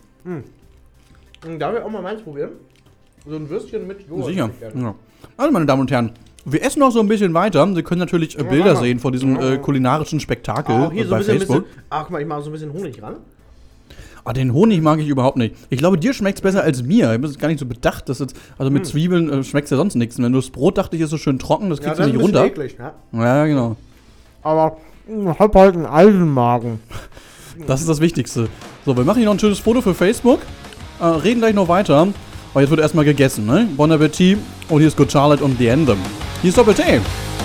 S2: Mm. Darf ich auch mal meins probieren? So ein Würstchen mit Joghurt.
S3: Sicher.
S2: hätte ich gerne.
S3: Ja. Also, meine Damen und Herren, wir essen noch so ein bisschen weiter. Sie können natürlich äh,
S2: Ja,
S3: Bilder
S2: mach mal.
S3: sehen von diesem äh, kulinarischen Spektakel
S2: Auch hier
S3: äh,
S2: so ein
S3: bei
S2: bisschen,
S3: Facebook.
S2: bisschen. Ach, guck mal, ich mache so ein bisschen Honig ran.
S3: Ah, den Honig mag ich überhaupt nicht. Ich glaube, dir schmeckt es besser als mir. Ich habe es gar nicht so bedacht, dass jetzt, also mit
S2: Hm.
S3: Zwiebeln äh, schmeckt ja sonst nichts. Wenn du das Brot, dachte ich, ist so schön trocken, das
S2: Ja,
S3: kriegst
S2: das
S3: du
S2: ist
S3: nicht
S2: ein
S3: runter.
S2: bisschen eklig, ja.
S3: Ja, genau.
S2: Aber ich hab halt einen Eisenmagen.
S3: Das ist das Wichtigste. So, wir machen hier noch ein schönes Foto für Facebook. Äh, reden gleich noch weiter. Aber jetzt wird erstmal gegessen, ne? Bon Appetit. Und hier ist Good Charlotte und The Anthem. Hier ist Doppel-T.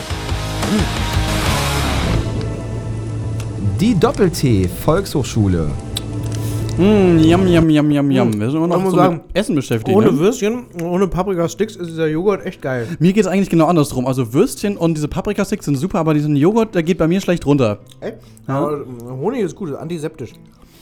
S4: Die Doppel-T Volkshochschule.
S3: Mm, yum, yum, yum, yum, yum. Wir sind immer
S2: Man
S3: noch
S2: muss
S3: so
S2: sagen,
S3: mit Essen beschäftigt.
S2: Ohne
S3: ne?
S2: Würstchen, ohne Paprika-Sticks ist dieser Joghurt echt geil.
S3: Mir geht es eigentlich genau andersrum. Also Würstchen und diese Paprikasticks sind super, aber diesen Joghurt, der geht bei mir schlecht runter.
S2: Echt?
S3: Ja.
S2: Aber Honig ist gut, ist antiseptisch.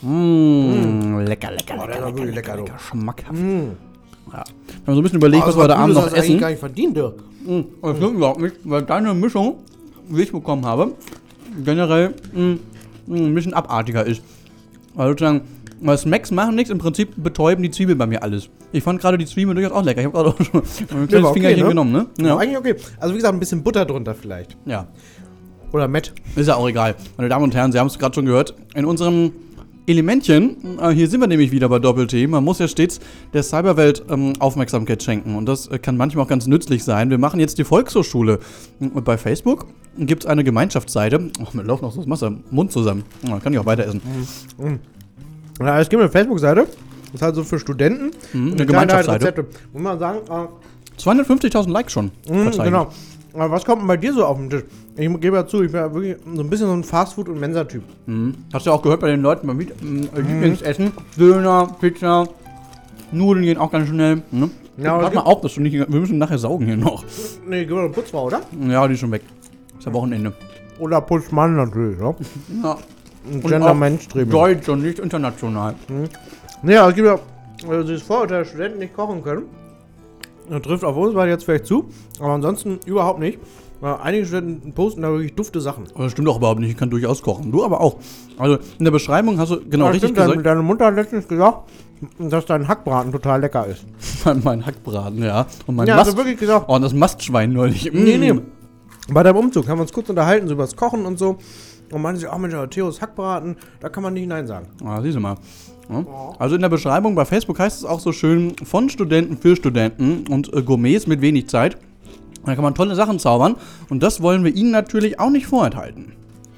S3: Mmh, lecker, lecker,
S2: Oh, der
S3: lecker,
S2: ist
S3: lecker,
S2: wirklich
S3: lecker,
S2: lecker,
S3: lecker, schmackhaft.
S2: Mm.
S3: Ja. Wir haben so ein bisschen überlegt, was wir heute Abend noch
S2: Das hast du eigentlich
S3: essen.
S2: gar nicht verdient, du.
S3: Mm, das stimmt überhaupt nicht, weil deine Mischung, wie ich bekommen habe, generell mm, mm, ein bisschen abartiger ist. Also sozusagen, weil Smacks machen nichts, im Prinzip betäuben die Zwiebeln bei mir alles. Ich fand gerade die Zwiebeln durchaus auch lecker. Ich habe gerade auch schon ein kleines
S2: war okay,
S3: Fingerchen
S2: ne?
S3: genommen, ne?
S2: Ja. Eigentlich okay. Also wie gesagt, ein bisschen Butter drunter vielleicht.
S3: Ja.
S2: Oder Met.
S3: Ist ja auch egal. Meine Damen und Herren, Sie haben es gerade schon gehört. In unserem Elementchen, äh, hier sind wir nämlich wieder bei Doppel-T. Man muss ja stets der Cyberwelt ähm, Aufmerksamkeit schenken. Und das äh, kann manchmal auch ganz nützlich sein. Wir machen jetzt die Volkshochschule. Und bei Facebook gibt es eine Gemeinschaftsseite. Oh, mir läuft noch so das Wasser im Mund zusammen. Oh, kann ich auch weiter essen.
S2: Mhm. Ja, es gibt eine Facebook-Seite. Das ist halt so für Studenten.
S3: Mhm,
S2: Und
S3: eine
S2: die teilen halt
S3: Gemeinschaftsseite.
S2: Rezepte. Muss man sagen, äh,
S3: zweihundertfünfzigtausend Likes schon.
S2: mh,
S3: verzeichnet.
S2: genau. Aber was kommt denn bei dir so auf den Tisch? Ich gebe ja zu, ich bin ja wirklich so ein bisschen so ein Fastfood- und Mensa-Typ.
S3: Mhm. Hast du ja auch gehört bei den Leuten beim Lieb- äh, Lieblingsessen. Döner, Pizza, Nudeln gehen auch ganz schnell. Ne?
S2: Ja, aber
S3: Pass
S2: es
S3: mal
S2: gibt-
S3: auf, dass du nicht, wir müssen nachher saugen hier noch.
S2: Nee, gib mal eine Putzfrau, oder?
S3: Ja, die ist schon weg. Ist ja Wochenende.
S2: Oder Putzmann natürlich, ja.
S3: Ja.
S2: Ein
S3: Und
S2: Gender
S3: auch
S2: Mainstream.
S3: Deutsch und nicht international.
S2: Nee, aber es gibt ja also dieses Vorurteil, dass Studenten nicht kochen können. Das trifft auf uns jetzt vielleicht zu, aber ansonsten überhaupt nicht. Weil einige Studenten posten da wirklich dufte Sachen.
S3: Aber das stimmt doch überhaupt nicht. Ich kann durchaus kochen. Du aber auch. Also in der Beschreibung hast du genau
S2: Ja,
S3: richtig
S2: stimmt, deine,
S3: gesagt.
S2: deine Mutter hat letztens gesagt, dass dein Hackbraten total lecker ist.
S3: mein Hackbraten, ja. Und mein
S2: Ja,
S3: Mast.
S2: hast du wirklich gesagt.
S3: Oh, und das Mastschwein neulich.
S2: Nee,
S3: Mm.
S2: nee. Bei deinem Umzug haben wir uns kurz unterhalten so über das Kochen und so. und meinen sie, ach Mensch, Theos Hackbraten, da kann man nicht Nein sagen.
S3: Ah, siehst du mal. Ja. Also in der Beschreibung bei Facebook heißt es auch so schön, von Studenten für Studenten und äh, Gourmets mit wenig Zeit. Da kann man tolle Sachen zaubern und das wollen wir Ihnen natürlich auch nicht vorenthalten.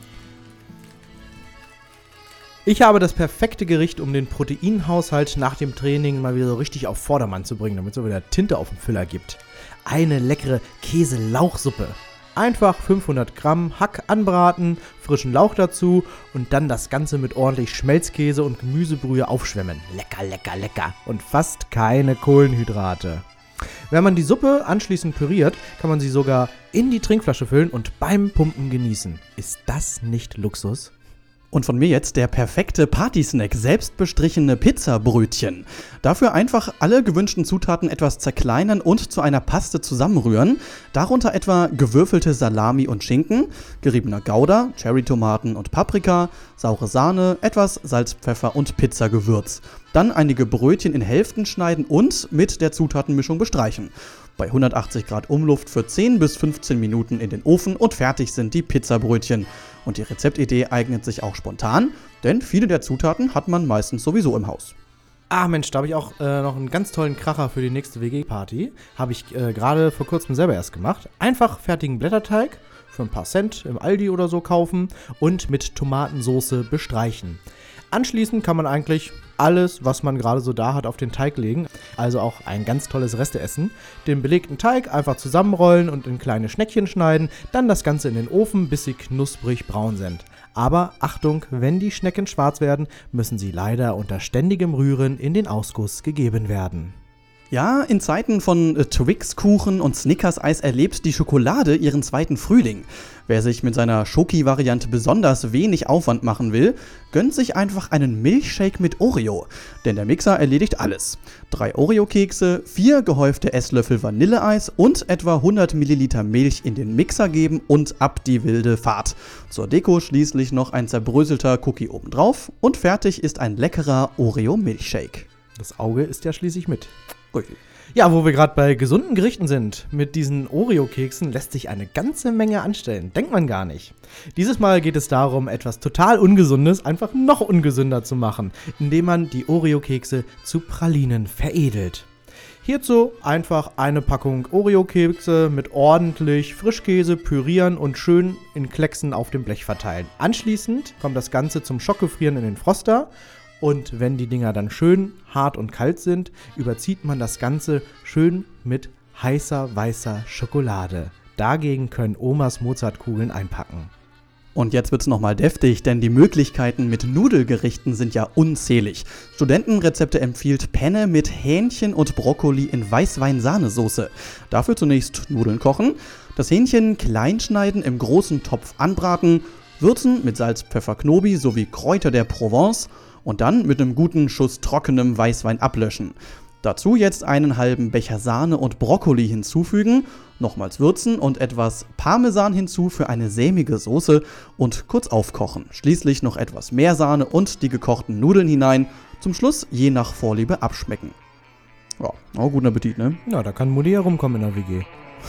S2: Ich habe das perfekte Gericht, um den Proteinhaushalt nach dem Training mal wieder so richtig auf Vordermann zu bringen, damit es so wieder Tinte auf dem Füller gibt. Eine leckere Käse-Lauchsuppe. Einfach fünfhundert Gramm Hack anbraten, frischen Lauch dazu und dann das Ganze mit ordentlich Schmelzkäse und Gemüsebrühe aufschwemmen. Lecker, lecker, lecker. Und fast keine Kohlenhydrate. Wenn man die Suppe anschließend püriert, kann man sie sogar in die Trinkflasche füllen und beim Pumpen genießen. Ist das nicht Luxus?
S3: Und von mir jetzt der perfekte Partysnack, selbstbestrichene Pizzabrötchen. Dafür einfach alle gewünschten Zutaten etwas zerkleinern und zu einer Paste zusammenrühren. Darunter etwa gewürfelte Salami und Schinken, geriebener Gouda, Cherrytomaten und Paprika, saure Sahne, etwas Salz, Pfeffer und Pizzagewürz. Dann einige Brötchen in Hälften schneiden und mit der Zutatenmischung bestreichen. Bei hundertachtzig Grad Umluft für zehn bis fünfzehn Minuten in den Ofen und fertig sind die Pizzabrötchen. Und die Rezeptidee eignet sich auch spontan, denn viele der Zutaten hat man meistens sowieso im Haus.
S2: Ah Mensch, da habe ich auch äh, noch einen ganz tollen Kracher für die nächste W G-Party. Habe ich äh, gerade vor kurzem selber erst gemacht. Einfach fertigen Blätterteig für ein paar Cent im Aldi oder so kaufen und mit Tomatensauce bestreichen. Anschließend kann man eigentlich alles, was man gerade so da hat, auf den Teig legen. Also auch ein ganz tolles Resteessen. Den belegten Teig einfach zusammenrollen und in kleine Schneckchen schneiden. Dann das Ganze in den Ofen, bis sie knusprig braun sind. Aber Achtung, wenn die Schnecken schwarz werden, müssen sie leider unter ständigem Rühren in den Ausguss gegeben werden.
S3: Ja, in Zeiten von äh, Twix-Kuchen und Snickers-Eis erlebt die Schokolade ihren zweiten Frühling. Wer sich mit seiner Schoki-Variante besonders wenig Aufwand machen will, gönnt sich einfach einen Milchshake mit Oreo. Denn der Mixer erledigt alles. Drei Oreo-Kekse, vier gehäufte Esslöffel Vanilleeis und etwa hundert Milliliter Milch in den Mixer geben und ab die wilde Fahrt. Zur Deko schließlich noch ein zerbröselter Cookie obendrauf und fertig ist ein leckerer Oreo-Milchshake.
S2: Das Auge ist ja schließlich mit.
S3: Richtig.
S2: Ja, wo wir gerade bei gesunden Gerichten sind, mit diesen Oreo-Keksen lässt sich eine ganze Menge anstellen. Denkt man gar nicht. Dieses Mal geht es darum, etwas total Ungesundes einfach noch ungesünder zu machen, indem man die Oreo-Kekse zu Pralinen veredelt. Hierzu einfach eine Packung Oreo-Kekse mit ordentlich Frischkäse pürieren und schön in Klecksen auf dem Blech verteilen. Anschließend kommt das Ganze zum Schockgefrieren in den Froster. Und wenn die Dinger dann schön hart und kalt sind, überzieht man das Ganze schön mit heißer, weißer Schokolade. Dagegen können Omas Mozartkugeln einpacken.
S3: Und jetzt wird's nochmal deftig, denn die Möglichkeiten mit Nudelgerichten sind ja unzählig. Studentenrezepte empfiehlt Penne mit Hähnchen und Brokkoli in Weißwein-Sahnesoße. Dafür zunächst Nudeln kochen, das Hähnchen klein schneiden, im großen Topf anbraten, würzen mit Salz, Pfeffer, Knobi sowie Kräuter der Provence und dann mit einem guten Schuss trockenem Weißwein ablöschen. Dazu jetzt einen halben Becher Sahne und Brokkoli hinzufügen, nochmals würzen und etwas Parmesan hinzu für eine sämige Soße und kurz aufkochen. Schließlich noch etwas mehr Sahne und die gekochten Nudeln hinein. Zum Schluss je nach Vorliebe abschmecken. Ja, auch guten Appetit, ne?
S2: Ja, da kann Mutti herumkommen in der W G.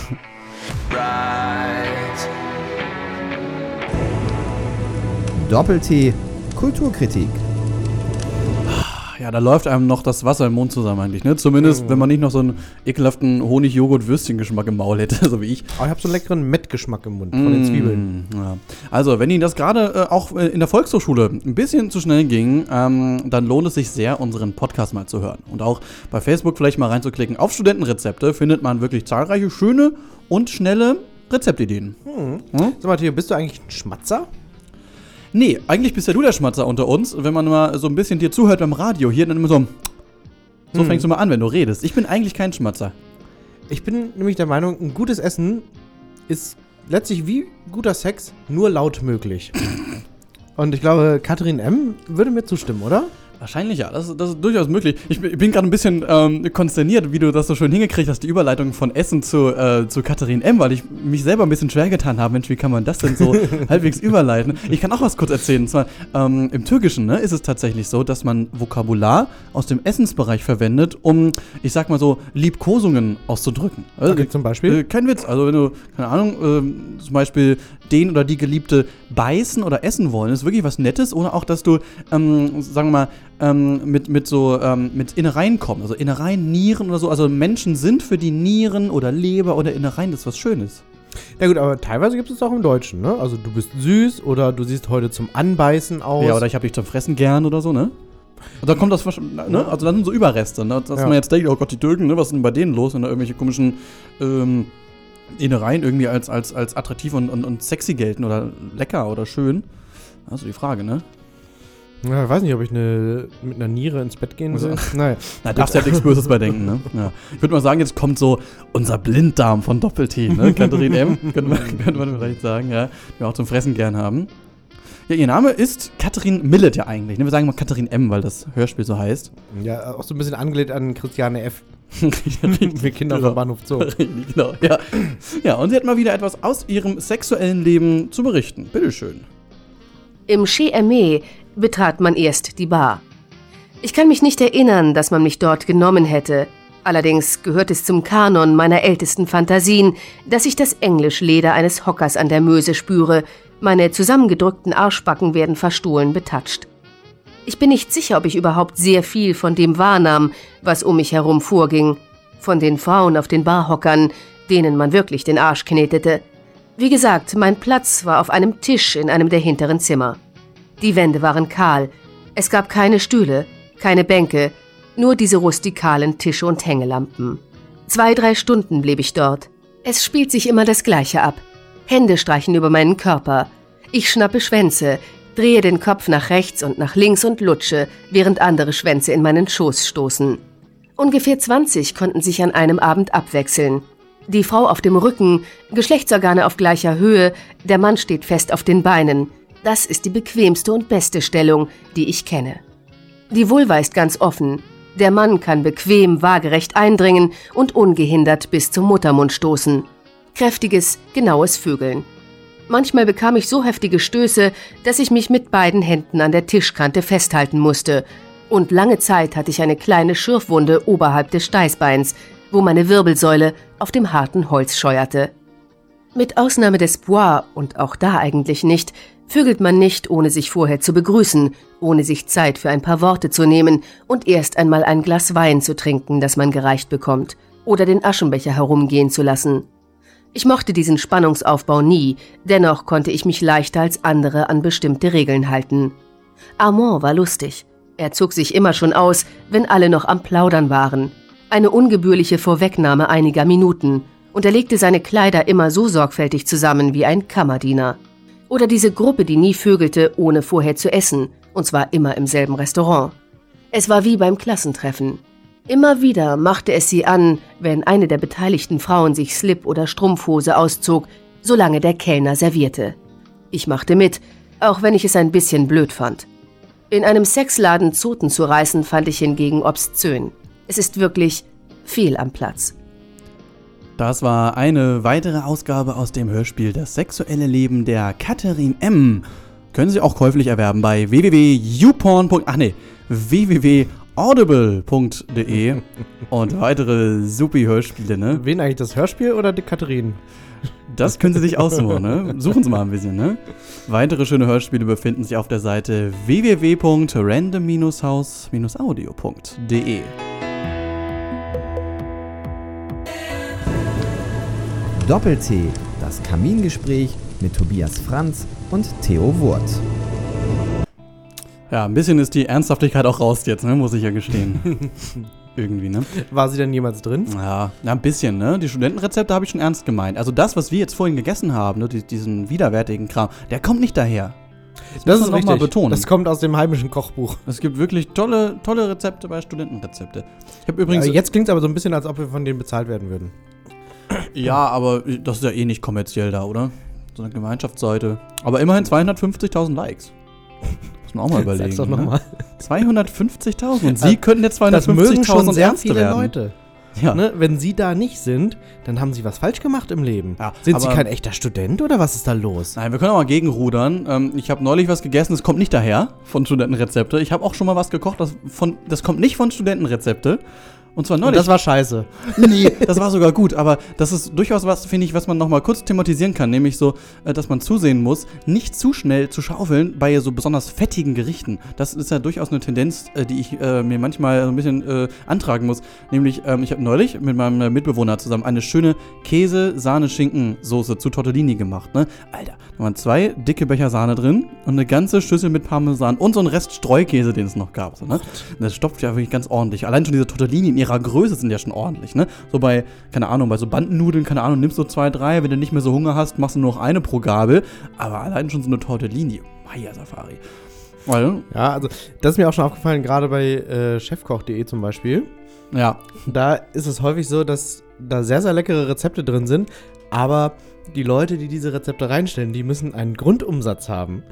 S4: Doppel-T Kulturkritik.
S3: Ja, da läuft einem noch das Wasser im Mund zusammen eigentlich, ne? Zumindest, mhm. wenn man nicht noch so einen ekelhaften Honig-Joghurt-Würstchen-Geschmack im Maul hätte, so wie ich.
S2: Aber ich habe so einen leckeren Mettgeschmack im Mund von mmh, den Zwiebeln.
S3: Ja. Also, wenn Ihnen das gerade äh, auch äh, in der Volkshochschule ein bisschen zu schnell ging, ähm, dann lohnt es sich sehr, unseren Podcast mal zu hören. Und auch bei Facebook vielleicht mal reinzuklicken. Auf Studentenrezepte findet man wirklich zahlreiche schöne und schnelle Rezeptideen.
S2: Hm. Hm? Sag mal, Theo, bist du eigentlich ein Schmatzer?
S3: Nee, eigentlich bist ja du der Schmatzer unter uns, wenn man mal so ein bisschen dir zuhört beim Radio hier, dann immer so, so hm. fängst du mal an, wenn du redest. Ich bin eigentlich kein Schmatzer.
S2: Ich bin nämlich der Meinung, ein gutes Essen ist letztlich wie guter Sex, nur laut möglich. Und ich glaube, Katrin M. würde mir zustimmen, oder?
S3: Wahrscheinlich ja, das, das ist durchaus möglich. Ich bin, bin gerade ein bisschen ähm, konsterniert, wie du das so schön hingekriegt hast, die Überleitung von Essen zu, äh, zu Katharin M., weil ich mich selber ein bisschen schwer getan habe. Mensch, wie kann man das denn so halbwegs überleiten? Ich kann auch was kurz erzählen. Und zwar ähm, im Türkischen, ne, ist es tatsächlich so, dass man Vokabular aus dem Essensbereich verwendet, um, ich sag mal so, Liebkosungen auszudrücken. Also,
S2: Okay, zum Beispiel?
S3: Äh, kein Witz. Also wenn du, keine Ahnung, ähm, zum Beispiel den oder die Geliebte beißen oder essen wollen, ist wirklich was Nettes. Oder auch, dass du, ähm, sagen wir mal, ähm, mit, mit so, ähm, mit Innereien kommst. Also Innereien, Nieren oder so. Also Menschen sind für die Nieren oder Leber oder Innereien, das ist was Schönes.
S2: Ja gut, aber teilweise gibt es auch im Deutschen, ne? Also du bist süß oder du siehst heute zum Anbeißen aus.
S3: Ja, oder ich hab dich zum Fressen gern oder so, ne? Und dann kommt das, ne? Also dann sind so Überreste, ne? Dass
S2: Ja.
S3: man jetzt denkt, oh Gott, die Türken, ne? Was ist denn bei denen los, wenn da irgendwelche komischen, ähm, Innereien irgendwie als, als, als attraktiv und, und, und sexy gelten oder lecker oder schön. Also die Frage, ne?
S2: Ja, ich weiß nicht, ob ich eine, mit einer Niere ins Bett gehen will.
S3: Also,
S2: Naja.
S3: Da darfst du ja nichts Böses bei denken, ne? Ja. Ich würde mal sagen, jetzt kommt so unser Blinddarm von Doppel-T, ne? Katharin M., könnte man, könnte man vielleicht sagen, ja. Die wir auch zum Fressen gern haben. Ja, ihr Name ist Katharin Millet ja eigentlich. Ne? Wir sagen mal Katharin M., weil das Hörspiel so heißt.
S2: Ja, auch so ein bisschen angelehnt an Christiane F.
S3: Richtig,
S2: Wir Kinder
S3: genau.
S2: vom Bahnhof Zoo.
S3: Richtig, genau, ja. Ja, und sie hat mal wieder etwas aus ihrem sexuellen Leben zu berichten. Bitteschön.
S19: Im Chez Aimé betrat man erst die Bar. Ich kann mich nicht erinnern, dass man mich dort genommen hätte. Allerdings gehört es zum Kanon meiner ältesten Fantasien, dass ich das Englischleder eines Hockers an der Möse spüre. Meine zusammengedrückten Arschbacken werden verstohlen betatscht. Ich bin nicht sicher, ob ich überhaupt sehr viel von dem wahrnahm, was um mich herum vorging. Von den Frauen auf den Barhockern, denen man wirklich den Arsch knetete. Wie gesagt, mein Platz war auf einem Tisch in einem der hinteren Zimmer. Die Wände waren kahl. Es gab keine Stühle, keine Bänke, nur diese rustikalen Tische und Hängelampen. Zwei, drei Stunden blieb ich dort. Es spielt sich immer das Gleiche ab. Hände streichen über meinen Körper. Ich schnappe Schwänze, drehe den Kopf nach rechts und nach links und lutsche, während andere Schwänze in meinen Schoß stoßen. Ungefähr zwanzig konnten sich an einem Abend abwechseln. Die Frau auf dem Rücken, Geschlechtsorgane auf gleicher Höhe, der Mann steht fest auf den Beinen. Das ist die bequemste und beste Stellung, die ich kenne. Die Vulva ist ganz offen. Der Mann kann bequem, waagerecht eindringen und ungehindert bis zum Muttermund stoßen. Kräftiges, genaues Vögeln. Manchmal bekam ich so heftige Stöße, dass ich mich mit beiden Händen an der Tischkante festhalten musste. Und lange Zeit hatte ich eine kleine Schürfwunde oberhalb des Steißbeins, wo meine Wirbelsäule auf dem harten Holz scheuerte. Mit Ausnahme des Bois, und auch da eigentlich nicht, vögelt man nicht, ohne sich vorher zu begrüßen, ohne sich Zeit für ein paar Worte zu nehmen und erst einmal ein Glas Wein zu trinken, das man gereicht bekommt, oder den Aschenbecher herumgehen zu lassen. Ich mochte diesen Spannungsaufbau nie, dennoch konnte ich mich leichter als andere an bestimmte Regeln halten. Armand war lustig. Er zog sich immer schon aus, wenn alle noch am Plaudern waren. Eine ungebührliche Vorwegnahme einiger Minuten, und er legte seine Kleider immer so sorgfältig zusammen wie ein Kammerdiener. Oder diese Gruppe, die nie vögelte, ohne vorher zu essen, und zwar immer im selben Restaurant. Es war wie beim Klassentreffen. Immer wieder machte es sie an, wenn eine der beteiligten Frauen sich Slip oder Strumpfhose auszog, solange der Kellner servierte. Ich machte mit, auch wenn ich es ein bisschen blöd fand. In einem Sexladen Zoten zu reißen, fand ich hingegen obszön. Es ist wirklich viel am Platz.
S3: Das war eine weitere Ausgabe aus dem Hörspiel Das sexuelle Leben der Katharin M. Können Sie auch käuflich erwerben bei w w w punkt youporn. Ach nee, w w w punkt audible punkt de und weitere supi Hörspiele, ne?
S2: Wen eigentlich, das Hörspiel oder die Katharin?
S3: Das können Sie sich aussuchen, ne? Suchen Sie mal ein bisschen, ne? Weitere schöne Hörspiele befinden sich auf der Seite w w w punkt random house audio punkt de.
S4: Doppel-T, das Kamingespräch mit Tobias Franz und Theo Wurth.
S3: Ja, ein bisschen ist die Ernsthaftigkeit auch raus jetzt, ne? Muss ich ja gestehen. Irgendwie, ne?
S2: War sie denn jemals drin?
S3: Ja, na, ein bisschen, ne? Die Studentenrezepte habe ich schon ernst gemeint. Also das, was wir jetzt vorhin gegessen haben, ne? diesen widerwärtigen Kram, der kommt nicht daher. Das,
S2: das
S3: muss
S2: ist
S3: man noch mal
S2: richtig.
S3: betonen.
S2: Das kommt aus dem heimischen Kochbuch.
S3: Es gibt wirklich tolle, tolle Rezepte bei Studentenrezepte. Ich habe übrigens
S2: ja, jetzt klingt es aber so ein bisschen, als ob wir von denen bezahlt werden würden.
S3: Ja, aber das ist ja eh nicht kommerziell da, oder? So eine Gemeinschaftsseite. Aber immerhin zweihundertfünfzigtausend Likes. Muss Muss man auch mal überlegen.
S2: Sag's doch nochmal.
S3: Ne? zweihundertfünfzigtausend. Und Sie könnten jetzt zweihundertfünfzigtausend
S2: sehr
S3: Ärzte
S2: viele
S3: werden.
S2: Leute.
S3: Ja.
S2: Ne? Wenn Sie da nicht sind, dann haben Sie was falsch gemacht im Leben.
S3: Ja,
S2: sind Sie
S3: aber-
S2: kein echter Student oder was ist da los?
S3: Nein, wir können auch mal gegenrudern. Ähm, ich habe neulich was gegessen, das kommt nicht daher von Studentenrezepte. Ich habe auch schon mal was gekocht, das, von, das kommt nicht von Studentenrezepte. Und zwar neulich.
S2: Und das war scheiße.
S3: Nee, das war sogar gut, aber das ist durchaus was, finde ich, was man nochmal kurz thematisieren kann, nämlich so, äh, dass man zusehen muss, nicht zu schnell zu schaufeln bei so besonders fettigen Gerichten. Das ist ja durchaus eine Tendenz, äh, die ich äh, mir manchmal so ein bisschen äh, antragen muss. Nämlich, ähm, ich habe neulich mit meinem äh, Mitbewohner zusammen eine schöne Käse-Sahne-Schinken-Soße zu Tortellini gemacht, ne? Alter, da waren zwei dicke Becher Sahne drin und eine ganze Schüssel mit Parmesan und so ein Rest Streukäse, den es noch gab. So, ne? Und das stopft ja wirklich ganz ordentlich. Allein schon diese Tortellini in ihrer Größe sind ja schon ordentlich, ne? So bei, keine Ahnung, bei so Bandennudeln, keine Ahnung, nimmst du zwei, drei, wenn du nicht mehr so Hunger hast, machst du nur noch eine pro Gabel. Aber allein schon so eine Tortellini. Maya Safari. Weil,
S2: Ja, also das ist mir auch schon aufgefallen, gerade bei äh, chefkoch punkt de zum Beispiel.
S3: Ja.
S2: Da ist es häufig so, dass da sehr, sehr leckere Rezepte drin sind, aber die Leute, die diese Rezepte reinstellen, die müssen einen Grundumsatz haben.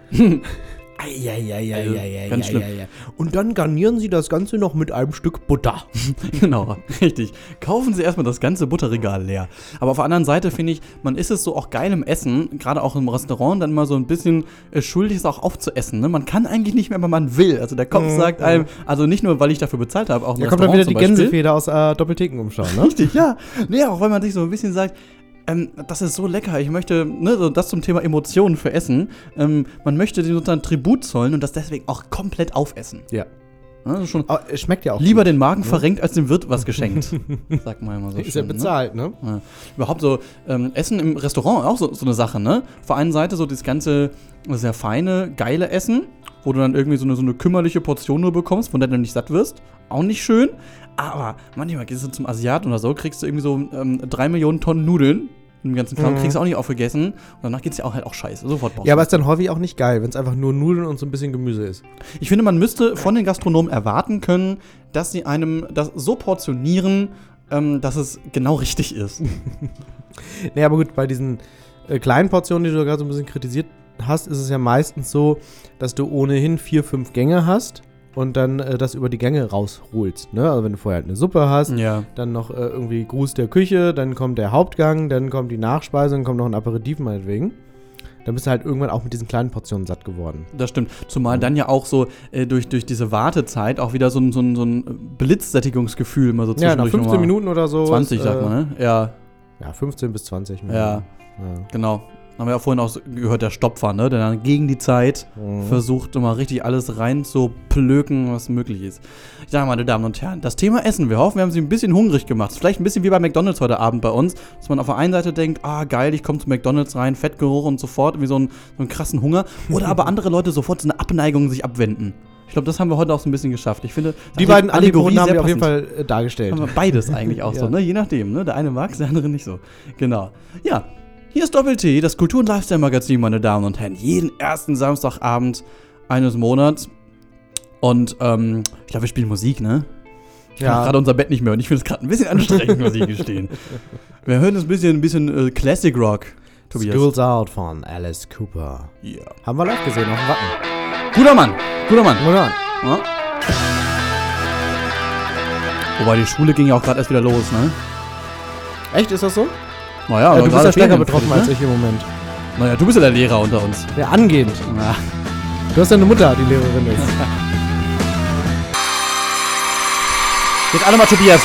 S2: Eieieiei.
S3: Ganz schlimm.
S2: Und dann garnieren sie das Ganze noch mit einem Stück Butter.
S3: Genau, richtig. Kaufen Sie erstmal das ganze Butterregal leer. Aber auf der anderen Seite finde ich, man ist es so auch geil im Essen, gerade auch im Restaurant, dann mal so ein bisschen äh, schuldig ist auch aufzuessen. Ne? Man kann eigentlich nicht mehr, aber man will. Also der Kopf
S2: Mhm.
S3: sagt einem, also nicht nur, weil ich dafür bezahlt habe, auch im
S2: Da kommt dann
S3: Restaurant
S2: wieder die
S3: zum Beispiel.
S2: Gänsefeder aus äh, Doppelthekenumschau, ne?
S3: Richtig, ja. Nee, auch weil man sich so ein bisschen sagt, ähm, das ist so lecker. Ich möchte, ne, so das zum Thema Emotionen für Essen. Ähm, man möchte dem sozusagen Tribut zollen und das deswegen auch komplett aufessen.
S2: Ja.
S3: Ja, das ist schon
S2: Aber es schmeckt ja auch
S3: lieber
S2: gut,
S3: den Magen
S2: ne?
S3: verrenkt, als dem Wirt was geschenkt. Sagt man immer so
S2: Ist
S3: schön,
S2: ja bezahlt, ne?
S3: Ja. Überhaupt so, ähm, Essen im Restaurant auch so, so eine Sache, ne? Auf der einen Seite so das ganze sehr feine, geile Essen, wo du dann irgendwie so eine, so eine kümmerliche Portion nur bekommst, von der du nicht satt wirst. Auch nicht schön. Aber manchmal gehst du zum Asiaten oder so, kriegst du irgendwie so ähm, drei Millionen Tonnen Nudeln. Den ganzen Kram
S2: Mhm.
S3: kriegst du auch nicht aufgegessen. Und danach geht's ja auch halt auch scheiße. Sofort brauchst
S2: Ja, aber
S3: du.
S2: ist dann häufig auch nicht geil, wenn es einfach nur Nudeln und so ein bisschen Gemüse ist.
S3: Ich finde, man müsste von den Gastronomen erwarten können, dass sie einem das so portionieren, ähm, dass es genau richtig ist.
S2: Nee, aber gut, bei diesen äh, kleinen Portionen, die du gerade so ein bisschen kritisiert hast, ist es ja meistens so, dass du ohnehin vier, fünf Gänge hast und dann äh, das über die Gänge rausholst. Ne? Also wenn du vorher halt eine Suppe hast,
S3: Ja.
S2: dann noch äh, irgendwie Gruß der Küche, dann kommt der Hauptgang, dann kommt die Nachspeise, dann kommt noch ein Aperitif meinetwegen. Dann bist du halt irgendwann auch mit diesen kleinen Portionen satt geworden.
S3: Das stimmt. Zumal dann ja auch so äh, durch, durch diese Wartezeit auch wieder so ein, so ein, so ein Blitzsättigungsgefühl immer so
S2: Ja, nach
S3: zwischendurch
S2: fünfzehn
S3: nochmal.
S2: Minuten oder so.
S3: zwanzig,
S2: ist,
S3: sagt
S2: äh,
S3: man, ne? Ja.
S2: Ja, fünfzehn bis zwanzig Minuten.
S3: Ja.
S2: Ja.
S3: Genau. Haben wir ja vorhin auch so gehört, der Stopfer, ne? Der dann gegen die Zeit
S2: Mhm.
S3: versucht, immer richtig alles reinzuplöken, was möglich ist. Ja, meine Damen und Herren, das Thema Essen. Wir hoffen, wir haben Sie ein bisschen hungrig gemacht. Vielleicht ein bisschen wie bei McDonald's heute Abend bei uns, dass man auf der einen Seite denkt, ah, geil, ich komme zu McDonald's rein, Fettgeruch und sofort irgendwie so einen, so einen krassen Hunger. Oder aber andere Leute sofort so eine Abneigung sich abwenden. Ich glaube, das haben wir heute auch so ein bisschen geschafft. Ich finde,
S2: Die
S3: das
S2: beiden
S3: Allegorie
S2: Allegoren haben
S3: sehr
S2: wir auf jeden
S3: passend.
S2: Fall äh, dargestellt.
S3: Haben wir beides eigentlich auch
S2: Ja.
S3: so, ne? Je nachdem, ne? Der eine mag es, der andere nicht so. Genau. Ja, hier ist Doppel-T, das Kultur- und Lifestyle-Magazin, meine Damen und Herren. Jeden ersten Samstagabend eines Monats. Und ähm, ich glaube, wir spielen Musik, ne? Ich
S2: Ja.
S3: kann gerade unser Bett nicht mehr und ich finde es gerade ein bisschen anstrengend, muss ich gestehen. Wir hören jetzt ein bisschen, ein bisschen äh, Classic Rock, Tobias.
S2: Schools Out von Alice Cooper.
S3: Ja.
S2: Haben wir live gesehen auf dem Wacken.
S3: Guter Mann, guter Mann.
S2: Guter Mann.
S3: Ja. Wobei die Schule ging ja auch gerade erst wieder los, ne?
S2: Echt, ist das so?
S3: Naja,
S2: Ja, du bist ja stärker betroffen als ich im Moment.
S3: Naja, du bist ja der Lehrer unter uns.
S2: Ja, angehend.
S3: Ja.
S2: Du hast ja eine Mutter, die Lehrerin ist.
S3: Jetzt alle mal Tobias.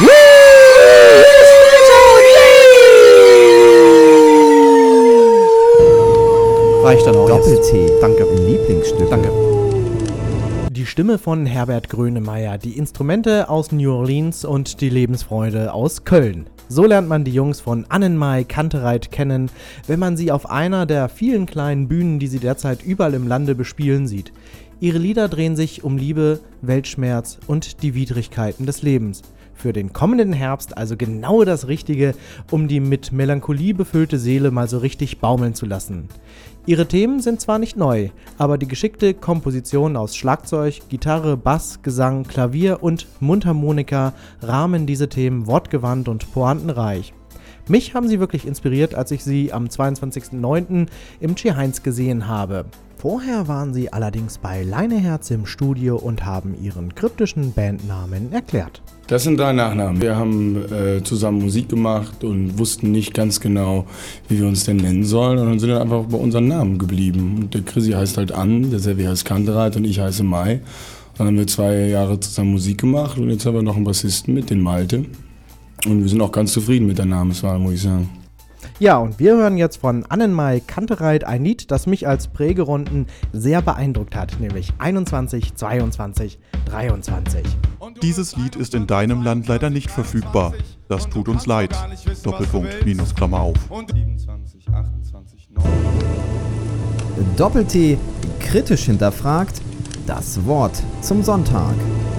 S3: Reicht dann auch
S4: Doppel-T.
S3: jetzt. Danke.
S4: Lieblingsstücke.
S3: Danke.
S2: Die Stimme von Herbert Grönemeyer, die Instrumente aus New Orleans und die Lebensfreude aus Köln. So lernt man die Jungs von Annenmai Kantereit kennen, wenn man sie auf einer der vielen kleinen Bühnen, die sie derzeit überall im Lande bespielen, sieht. Ihre Lieder drehen sich um Liebe, Weltschmerz und die Widrigkeiten des Lebens. Für den kommenden Herbst also genau das Richtige, um die mit Melancholie befüllte Seele mal so richtig baumeln zu lassen. Ihre Themen sind zwar nicht neu, aber die geschickte Komposition aus Schlagzeug, Gitarre, Bass, Gesang, Klavier und Mundharmonika rahmen diese Themen wortgewandt und pointenreich. Mich haben sie wirklich inspiriert, als ich sie am zweiundzwanzigsten neunten im Tschechheinz gesehen habe. Vorher waren sie allerdings bei Leineherz im Studio und haben ihren kryptischen Bandnamen erklärt.
S20: Das sind drei Nachnamen. Wir haben äh, zusammen Musik gemacht und wussten nicht ganz genau, wie wir uns denn nennen sollen. Und dann sind wir einfach bei unseren Namen geblieben. Und der Chrissy heißt halt Ann, der Sevi heißt Kantereit und ich heiße Mai. Dann haben wir zwei Jahre zusammen Musik gemacht und jetzt haben wir noch einen Bassisten mit, den Malte. Und wir sind auch ganz zufrieden mit der Namenswahl, muss ich sagen.
S2: Ja, und wir hören jetzt von Annenmai Kantereit ein Lied, das mich als Prägerunden sehr beeindruckt hat, nämlich einundzwanzig, zweiundzwanzig, dreiundzwanzig.
S21: Dieses Lied ist in deinem Land leider nicht verfügbar. Das tut uns leid. Doppelpunkt, Minus, Klammer auf.
S4: Doppel-T kritisch hinterfragt, das Wort zum Sonntag.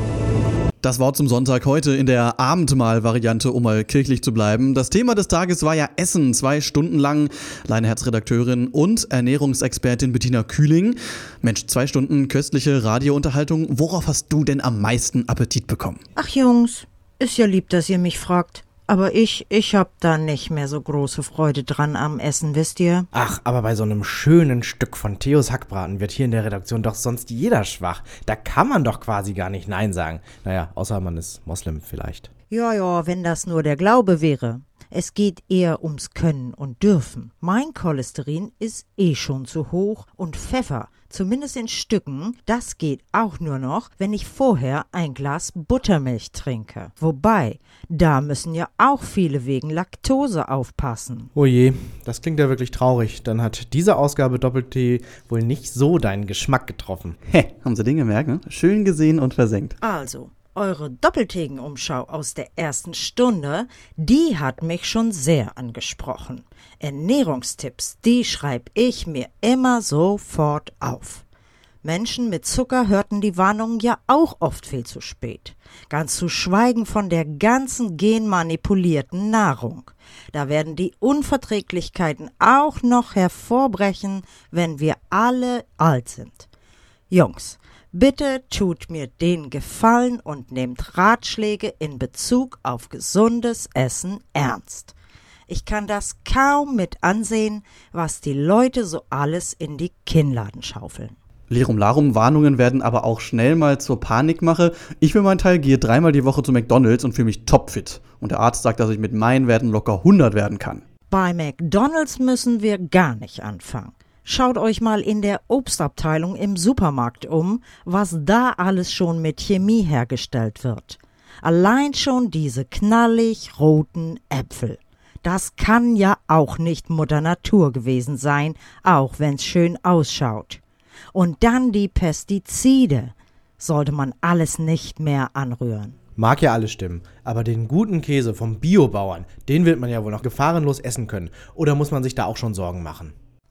S3: Das Wort zum Sonntag heute in der Abendmahl-Variante, um mal kirchlich zu bleiben. Das Thema des Tages war ja Essen, zwei Stunden lang. Leineherz-Redakteurin und Ernährungsexpertin Bettina Kühling. Mensch, zwei Stunden köstliche Radiounterhaltung. Worauf hast du denn am meisten Appetit bekommen?
S22: Ach Jungs, ist ja lieb, dass ihr mich fragt. Aber ich, ich hab da nicht mehr so große Freude dran am Essen, wisst ihr?
S2: Ach, aber bei so einem schönen Stück von Theos Hackbraten wird hier in der Redaktion doch sonst jeder schwach. Da kann man doch quasi gar nicht Nein sagen. Naja, außer man ist Moslem vielleicht.
S22: Ja, ja, wenn das nur der Glaube wäre. Es geht eher ums Können und Dürfen. Mein Cholesterin ist eh schon zu hoch und Pfeffer, zumindest in Stücken, das geht auch nur noch, wenn ich vorher ein Glas Buttermilch trinke. Wobei, da müssen ja auch viele wegen Laktose aufpassen.
S2: Oh je, das klingt ja wirklich traurig. Dann hat diese Ausgabe Doppel-T wohl nicht so deinen Geschmack getroffen.
S3: Hä, haben Sie den gemerkt, ne? Schön gesehen und versenkt.
S22: Also, eure Doppeltheken-Umschau aus der ersten Stunde, die hat mich schon sehr angesprochen. Ernährungstipps, die schreibe ich mir immer sofort auf. Menschen mit Zucker hörten die Warnungen ja auch oft viel zu spät. Ganz zu schweigen von der ganzen genmanipulierten Nahrung. Da werden die Unverträglichkeiten auch noch hervorbrechen, wenn wir alle alt sind. Jungs, bitte tut mir den Gefallen und nehmt Ratschläge in Bezug auf gesundes Essen ernst. Ich kann das kaum mit ansehen, was die Leute so alles in die Kinnladen schaufeln.
S3: Lirum Larum, Warnungen werden aber auch schnell mal zur Panikmache. Ich für meinen Teil gehe dreimal die Woche zu McDonald's und fühle mich topfit. Und der Arzt sagt, dass ich mit meinen Werten locker hundert werden kann.
S22: Bei McDonald's müssen wir gar nicht anfangen. Schaut euch mal in der Obstabteilung im Supermarkt um, was da alles schon mit Chemie hergestellt wird. Allein schon diese knallig roten Äpfel. Das kann ja auch nicht Mutter Natur gewesen sein, auch wenn's schön ausschaut. Und dann die Pestizide. Sollte man alles nicht mehr anrühren.
S2: Mag ja alles stimmen, aber den guten Käse vom Biobauern, den wird man ja wohl noch gefahrenlos essen können. Oder muss man sich da auch schon Sorgen machen?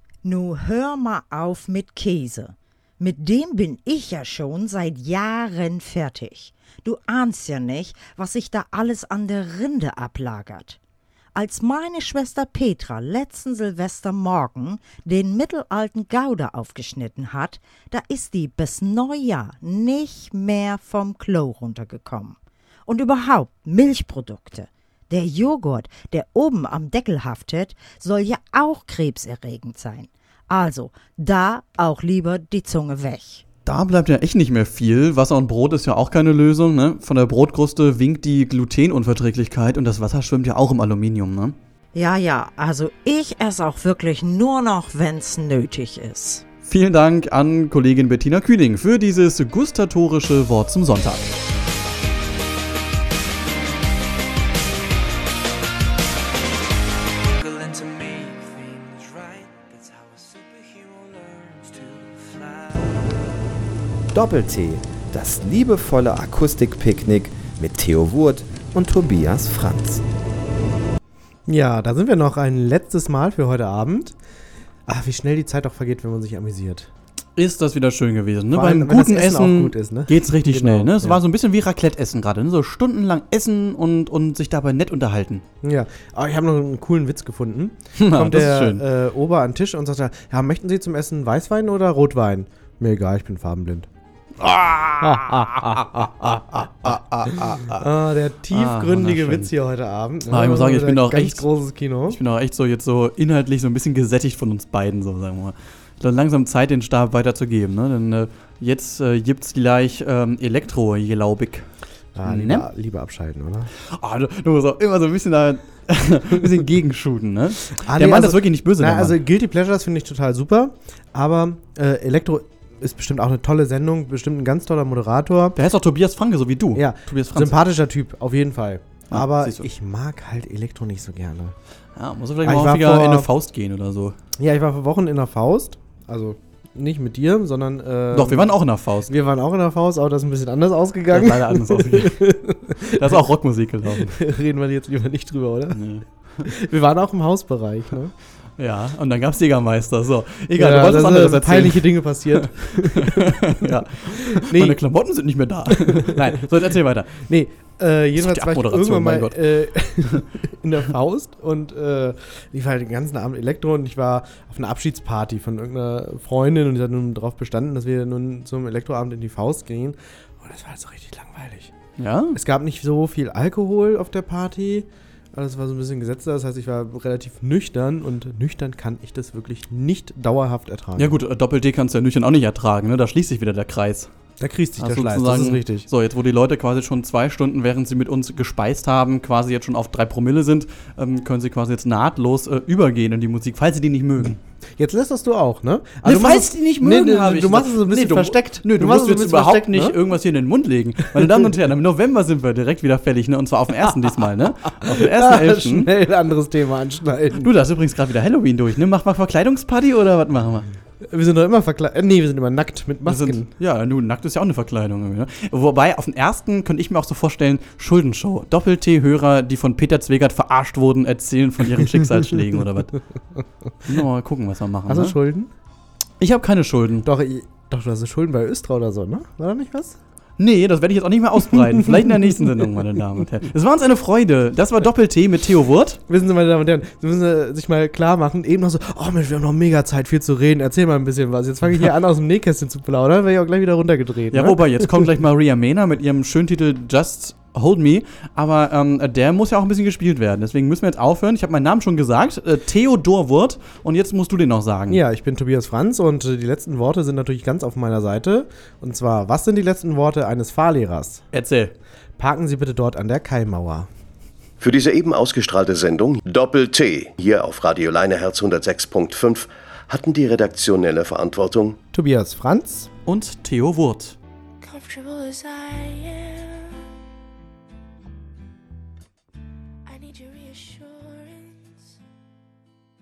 S22: Nu hör mal auf mit Käse. Mit dem bin ich ja schon seit Jahren fertig. Du ahnst ja nicht, was sich da alles an der Rinde ablagert. Als meine Schwester Petra letzten Silvestermorgen den mittelalten Gouda aufgeschnitten hat, da ist die bis Neujahr nicht mehr vom Klo runtergekommen. Und überhaupt Milchprodukte. Der Joghurt, der oben am Deckel haftet, soll ja auch krebserregend sein. Also, da auch lieber die Zunge weg.
S3: Da bleibt ja echt nicht mehr viel. Wasser und Brot ist ja auch keine Lösung, ne? Von der Brotkruste winkt die Glutenunverträglichkeit und das Wasser schwimmt ja auch im Aluminium, ne?
S22: Ja, ja, also ich esse auch wirklich nur noch, wenn's nötig ist.
S3: Vielen Dank an Kollegin Bettina Kühling für dieses gustatorische Wort zum Sonntag.
S4: Doppel-T, das liebevolle Akustikpicknick mit Theo Wurth und Tobias Franz.
S2: Ja, da sind wir noch ein letztes Mal für heute Abend. Ach, wie schnell die Zeit doch vergeht, wenn man sich amüsiert.
S3: Ist das wieder schön gewesen, ne?
S2: Vor allem,
S3: Beim
S2: wenn
S3: guten
S2: das Essen
S3: Essen
S2: auch gut ist, ne?
S3: geht's richtig
S2: Genau,
S3: schnell, ne? Es
S2: ja.
S3: war so ein bisschen wie Raclette-Essen gerade, ne? So stundenlang essen und, und sich dabei nett unterhalten.
S2: Ja, aber ich habe noch einen coolen Witz gefunden.
S3: Na,
S2: Kommt
S3: das
S2: der
S3: ist schön.
S2: Äh, Ober an den Tisch und sagt, ja, möchten Sie zum Essen Weißwein oder Rotwein? Mir egal, ich bin farbenblind. Ah, der tiefgründige
S3: ah,
S2: Witz hier heute Abend.
S3: Ah, ich muss sagen, ich bin auch
S2: ganz
S3: echt
S2: großes Kino.
S3: Ich bin auch echt so jetzt so inhaltlich so ein bisschen gesättigt von uns beiden, so sagen wir mal. dann langsam Zeit, den Stab weiterzugeben. Ne? Denn äh, jetzt äh, gibt's gleich ähm, Elektro, glaube ich.
S2: Ah, lieber, lieber abschalten, oder?
S3: Oh, du, du musst auch immer so ein bisschen da ein bisschen gegenschuten, ne?
S2: Ah,
S3: der
S2: nee,
S3: Mann
S2: also,
S3: ist wirklich nicht böse.
S2: Na,
S3: der Mann.
S2: also Guilty Pleasures finde ich total super, aber äh, Elektro ist bestimmt auch eine tolle Sendung, bestimmt ein ganz toller Moderator.
S3: Der heißt auch Tobias Franke, so wie du.
S2: Ja,
S3: Tobias Franke.
S2: Sympathischer Typ, auf jeden Fall.
S3: Ah,
S2: aber ich mag halt Elektro nicht so gerne.
S3: Ja, muss er vielleicht
S2: Aber
S3: mal
S2: ich war
S3: häufiger
S2: vor-
S3: in eine Faust gehen oder so.
S2: Ja, ich war vor Wochen in der Faust, also nicht mit dir, sondern äh,
S3: Doch, wir waren auch in der Faust.
S2: Wir waren auch in der Faust, aber das ist ein bisschen anders ausgegangen.
S3: Das ist leider anders ausgegangen. Da ist auch Rockmusik gelaufen.
S2: Reden wir jetzt lieber nicht drüber, oder? Nee. Wir waren auch im Hausbereich, ne?
S3: Ja, und dann gab's Jägermeister. So, egal,
S2: ja,
S3: du wolltest
S2: da
S3: anderes
S2: sind
S3: erzählen.
S2: peinliche Dinge passiert.
S3: Ja.
S2: Nee.
S3: Meine Klamotten sind nicht mehr da. Nein, so, jetzt erzähl weiter.
S2: Nee, äh, jedenfalls
S3: die
S2: war ich
S3: Abmoderation,
S2: irgendwann
S3: mein
S2: mal
S3: Gott.
S2: äh, in der Faust und äh, ich war halt den ganzen Abend Elektro und ich war auf einer Abschiedsparty von irgendeiner Freundin und die hat nun darauf bestanden, dass wir nun zum Elektroabend in die Faust gehen und das war halt so richtig langweilig.
S3: Ja?
S2: Es gab nicht so viel Alkohol auf der Party, alles war so ein bisschen gesetzter, das heißt, ich war relativ nüchtern und nüchtern kann ich das wirklich nicht dauerhaft ertragen.
S3: Ja gut, äh, Doppel-D kannst du ja nüchtern auch nicht ertragen, ne? Da schließt sich wieder der Kreis.
S2: Da kriegst dich der
S3: Also
S2: Schleiß, das
S3: sozusagen-
S2: ist richtig.
S3: So, jetzt wo die Leute quasi schon zwei Stunden, während sie mit uns gespeist haben, quasi jetzt schon auf drei Promille sind, ähm, können sie quasi jetzt nahtlos äh, übergehen in die Musik, falls sie die nicht mögen.
S2: Jetzt lässt du auch, ne?
S3: Nee,
S2: du
S3: falls
S2: machst-
S3: die nicht
S2: Nee,
S3: mögen,
S2: nee,
S3: habe ich
S2: du machst es
S3: gesagt.
S2: so ein bisschen
S3: Nee, du-
S2: versteckt.
S3: Nö, du,
S2: Du machst
S3: musst
S2: es so ein
S3: jetzt
S2: bisschen
S3: überhaupt
S2: versteckt,
S3: nicht
S2: ne?
S3: irgendwas hier in den Mund legen. Meine Damen und Herren, im November sind wir direkt wieder fällig, ne? Und zwar auf dem ersten diesmal, ne? Auf den ersten elften
S2: Schnell ein anderes Thema anschneiden.
S3: Du, da ist übrigens gerade wieder Halloween durch, ne? Machen wir Verkleidungsparty oder was machen wir?
S2: Wir sind doch immer verkleidet. Äh, nee, wir sind immer nackt mit
S3: Wir
S2: Masken.
S3: sind, ja, nun, nackt ist ja auch eine Verkleidung. Irgendwie, ne? Wobei, auf den ersten könnte ich mir auch so vorstellen, Schuldenshow. Doppel-T-Hörer, die von Peter Zwegert verarscht wurden, erzählen von ihren Schicksalsschlägen oder was. Mal gucken, was wir machen.
S2: Hast du
S3: ne?
S2: Schulden?
S3: Ich habe keine Schulden.
S2: Doch, ich, doch, du hast Schulden bei Östra oder so, ne? War da nicht was?
S3: Nee, das werde ich jetzt auch nicht mehr ausbreiten. Vielleicht in der nächsten Sendung, meine Damen und Herren. Es war uns eine Freude. Das war Doppel-T mit Theo Wurt.
S2: Wissen Sie, meine Damen und Herren, Sie müssen äh, sich mal klar machen, eben noch so, oh Mensch, wir haben noch mega Zeit, viel zu reden, erzähl mal ein bisschen was. Jetzt fange ich hier an, aus dem Nähkästchen zu plaudern, werde ich auch gleich wieder runtergedreht.
S3: Ja,
S2: ne?
S3: wobei, jetzt kommt gleich Maria Mena mit ihrem schönen Titel Just Hold Me. Aber ähm, der muss ja auch ein bisschen gespielt werden. Deswegen müssen wir jetzt aufhören. Ich habe meinen Namen schon gesagt. Äh, Theodor Wurt. Und jetzt musst du den noch sagen.
S2: Ja, ich bin Tobias Franz und äh, die letzten Worte sind natürlich ganz auf meiner Seite. Und zwar, was sind die letzten Worte eines Fahrlehrers?
S3: Erzähl.
S2: Parken Sie bitte dort an der Kaimauer.
S1: Für diese eben ausgestrahlte Sendung Doppel-T hier auf Radio Leineherz hundertsechs Komma fünf hatten die redaktionelle Verantwortung
S2: Tobias Franz
S3: und Theo Wurt.
S18: Comfortable as I am.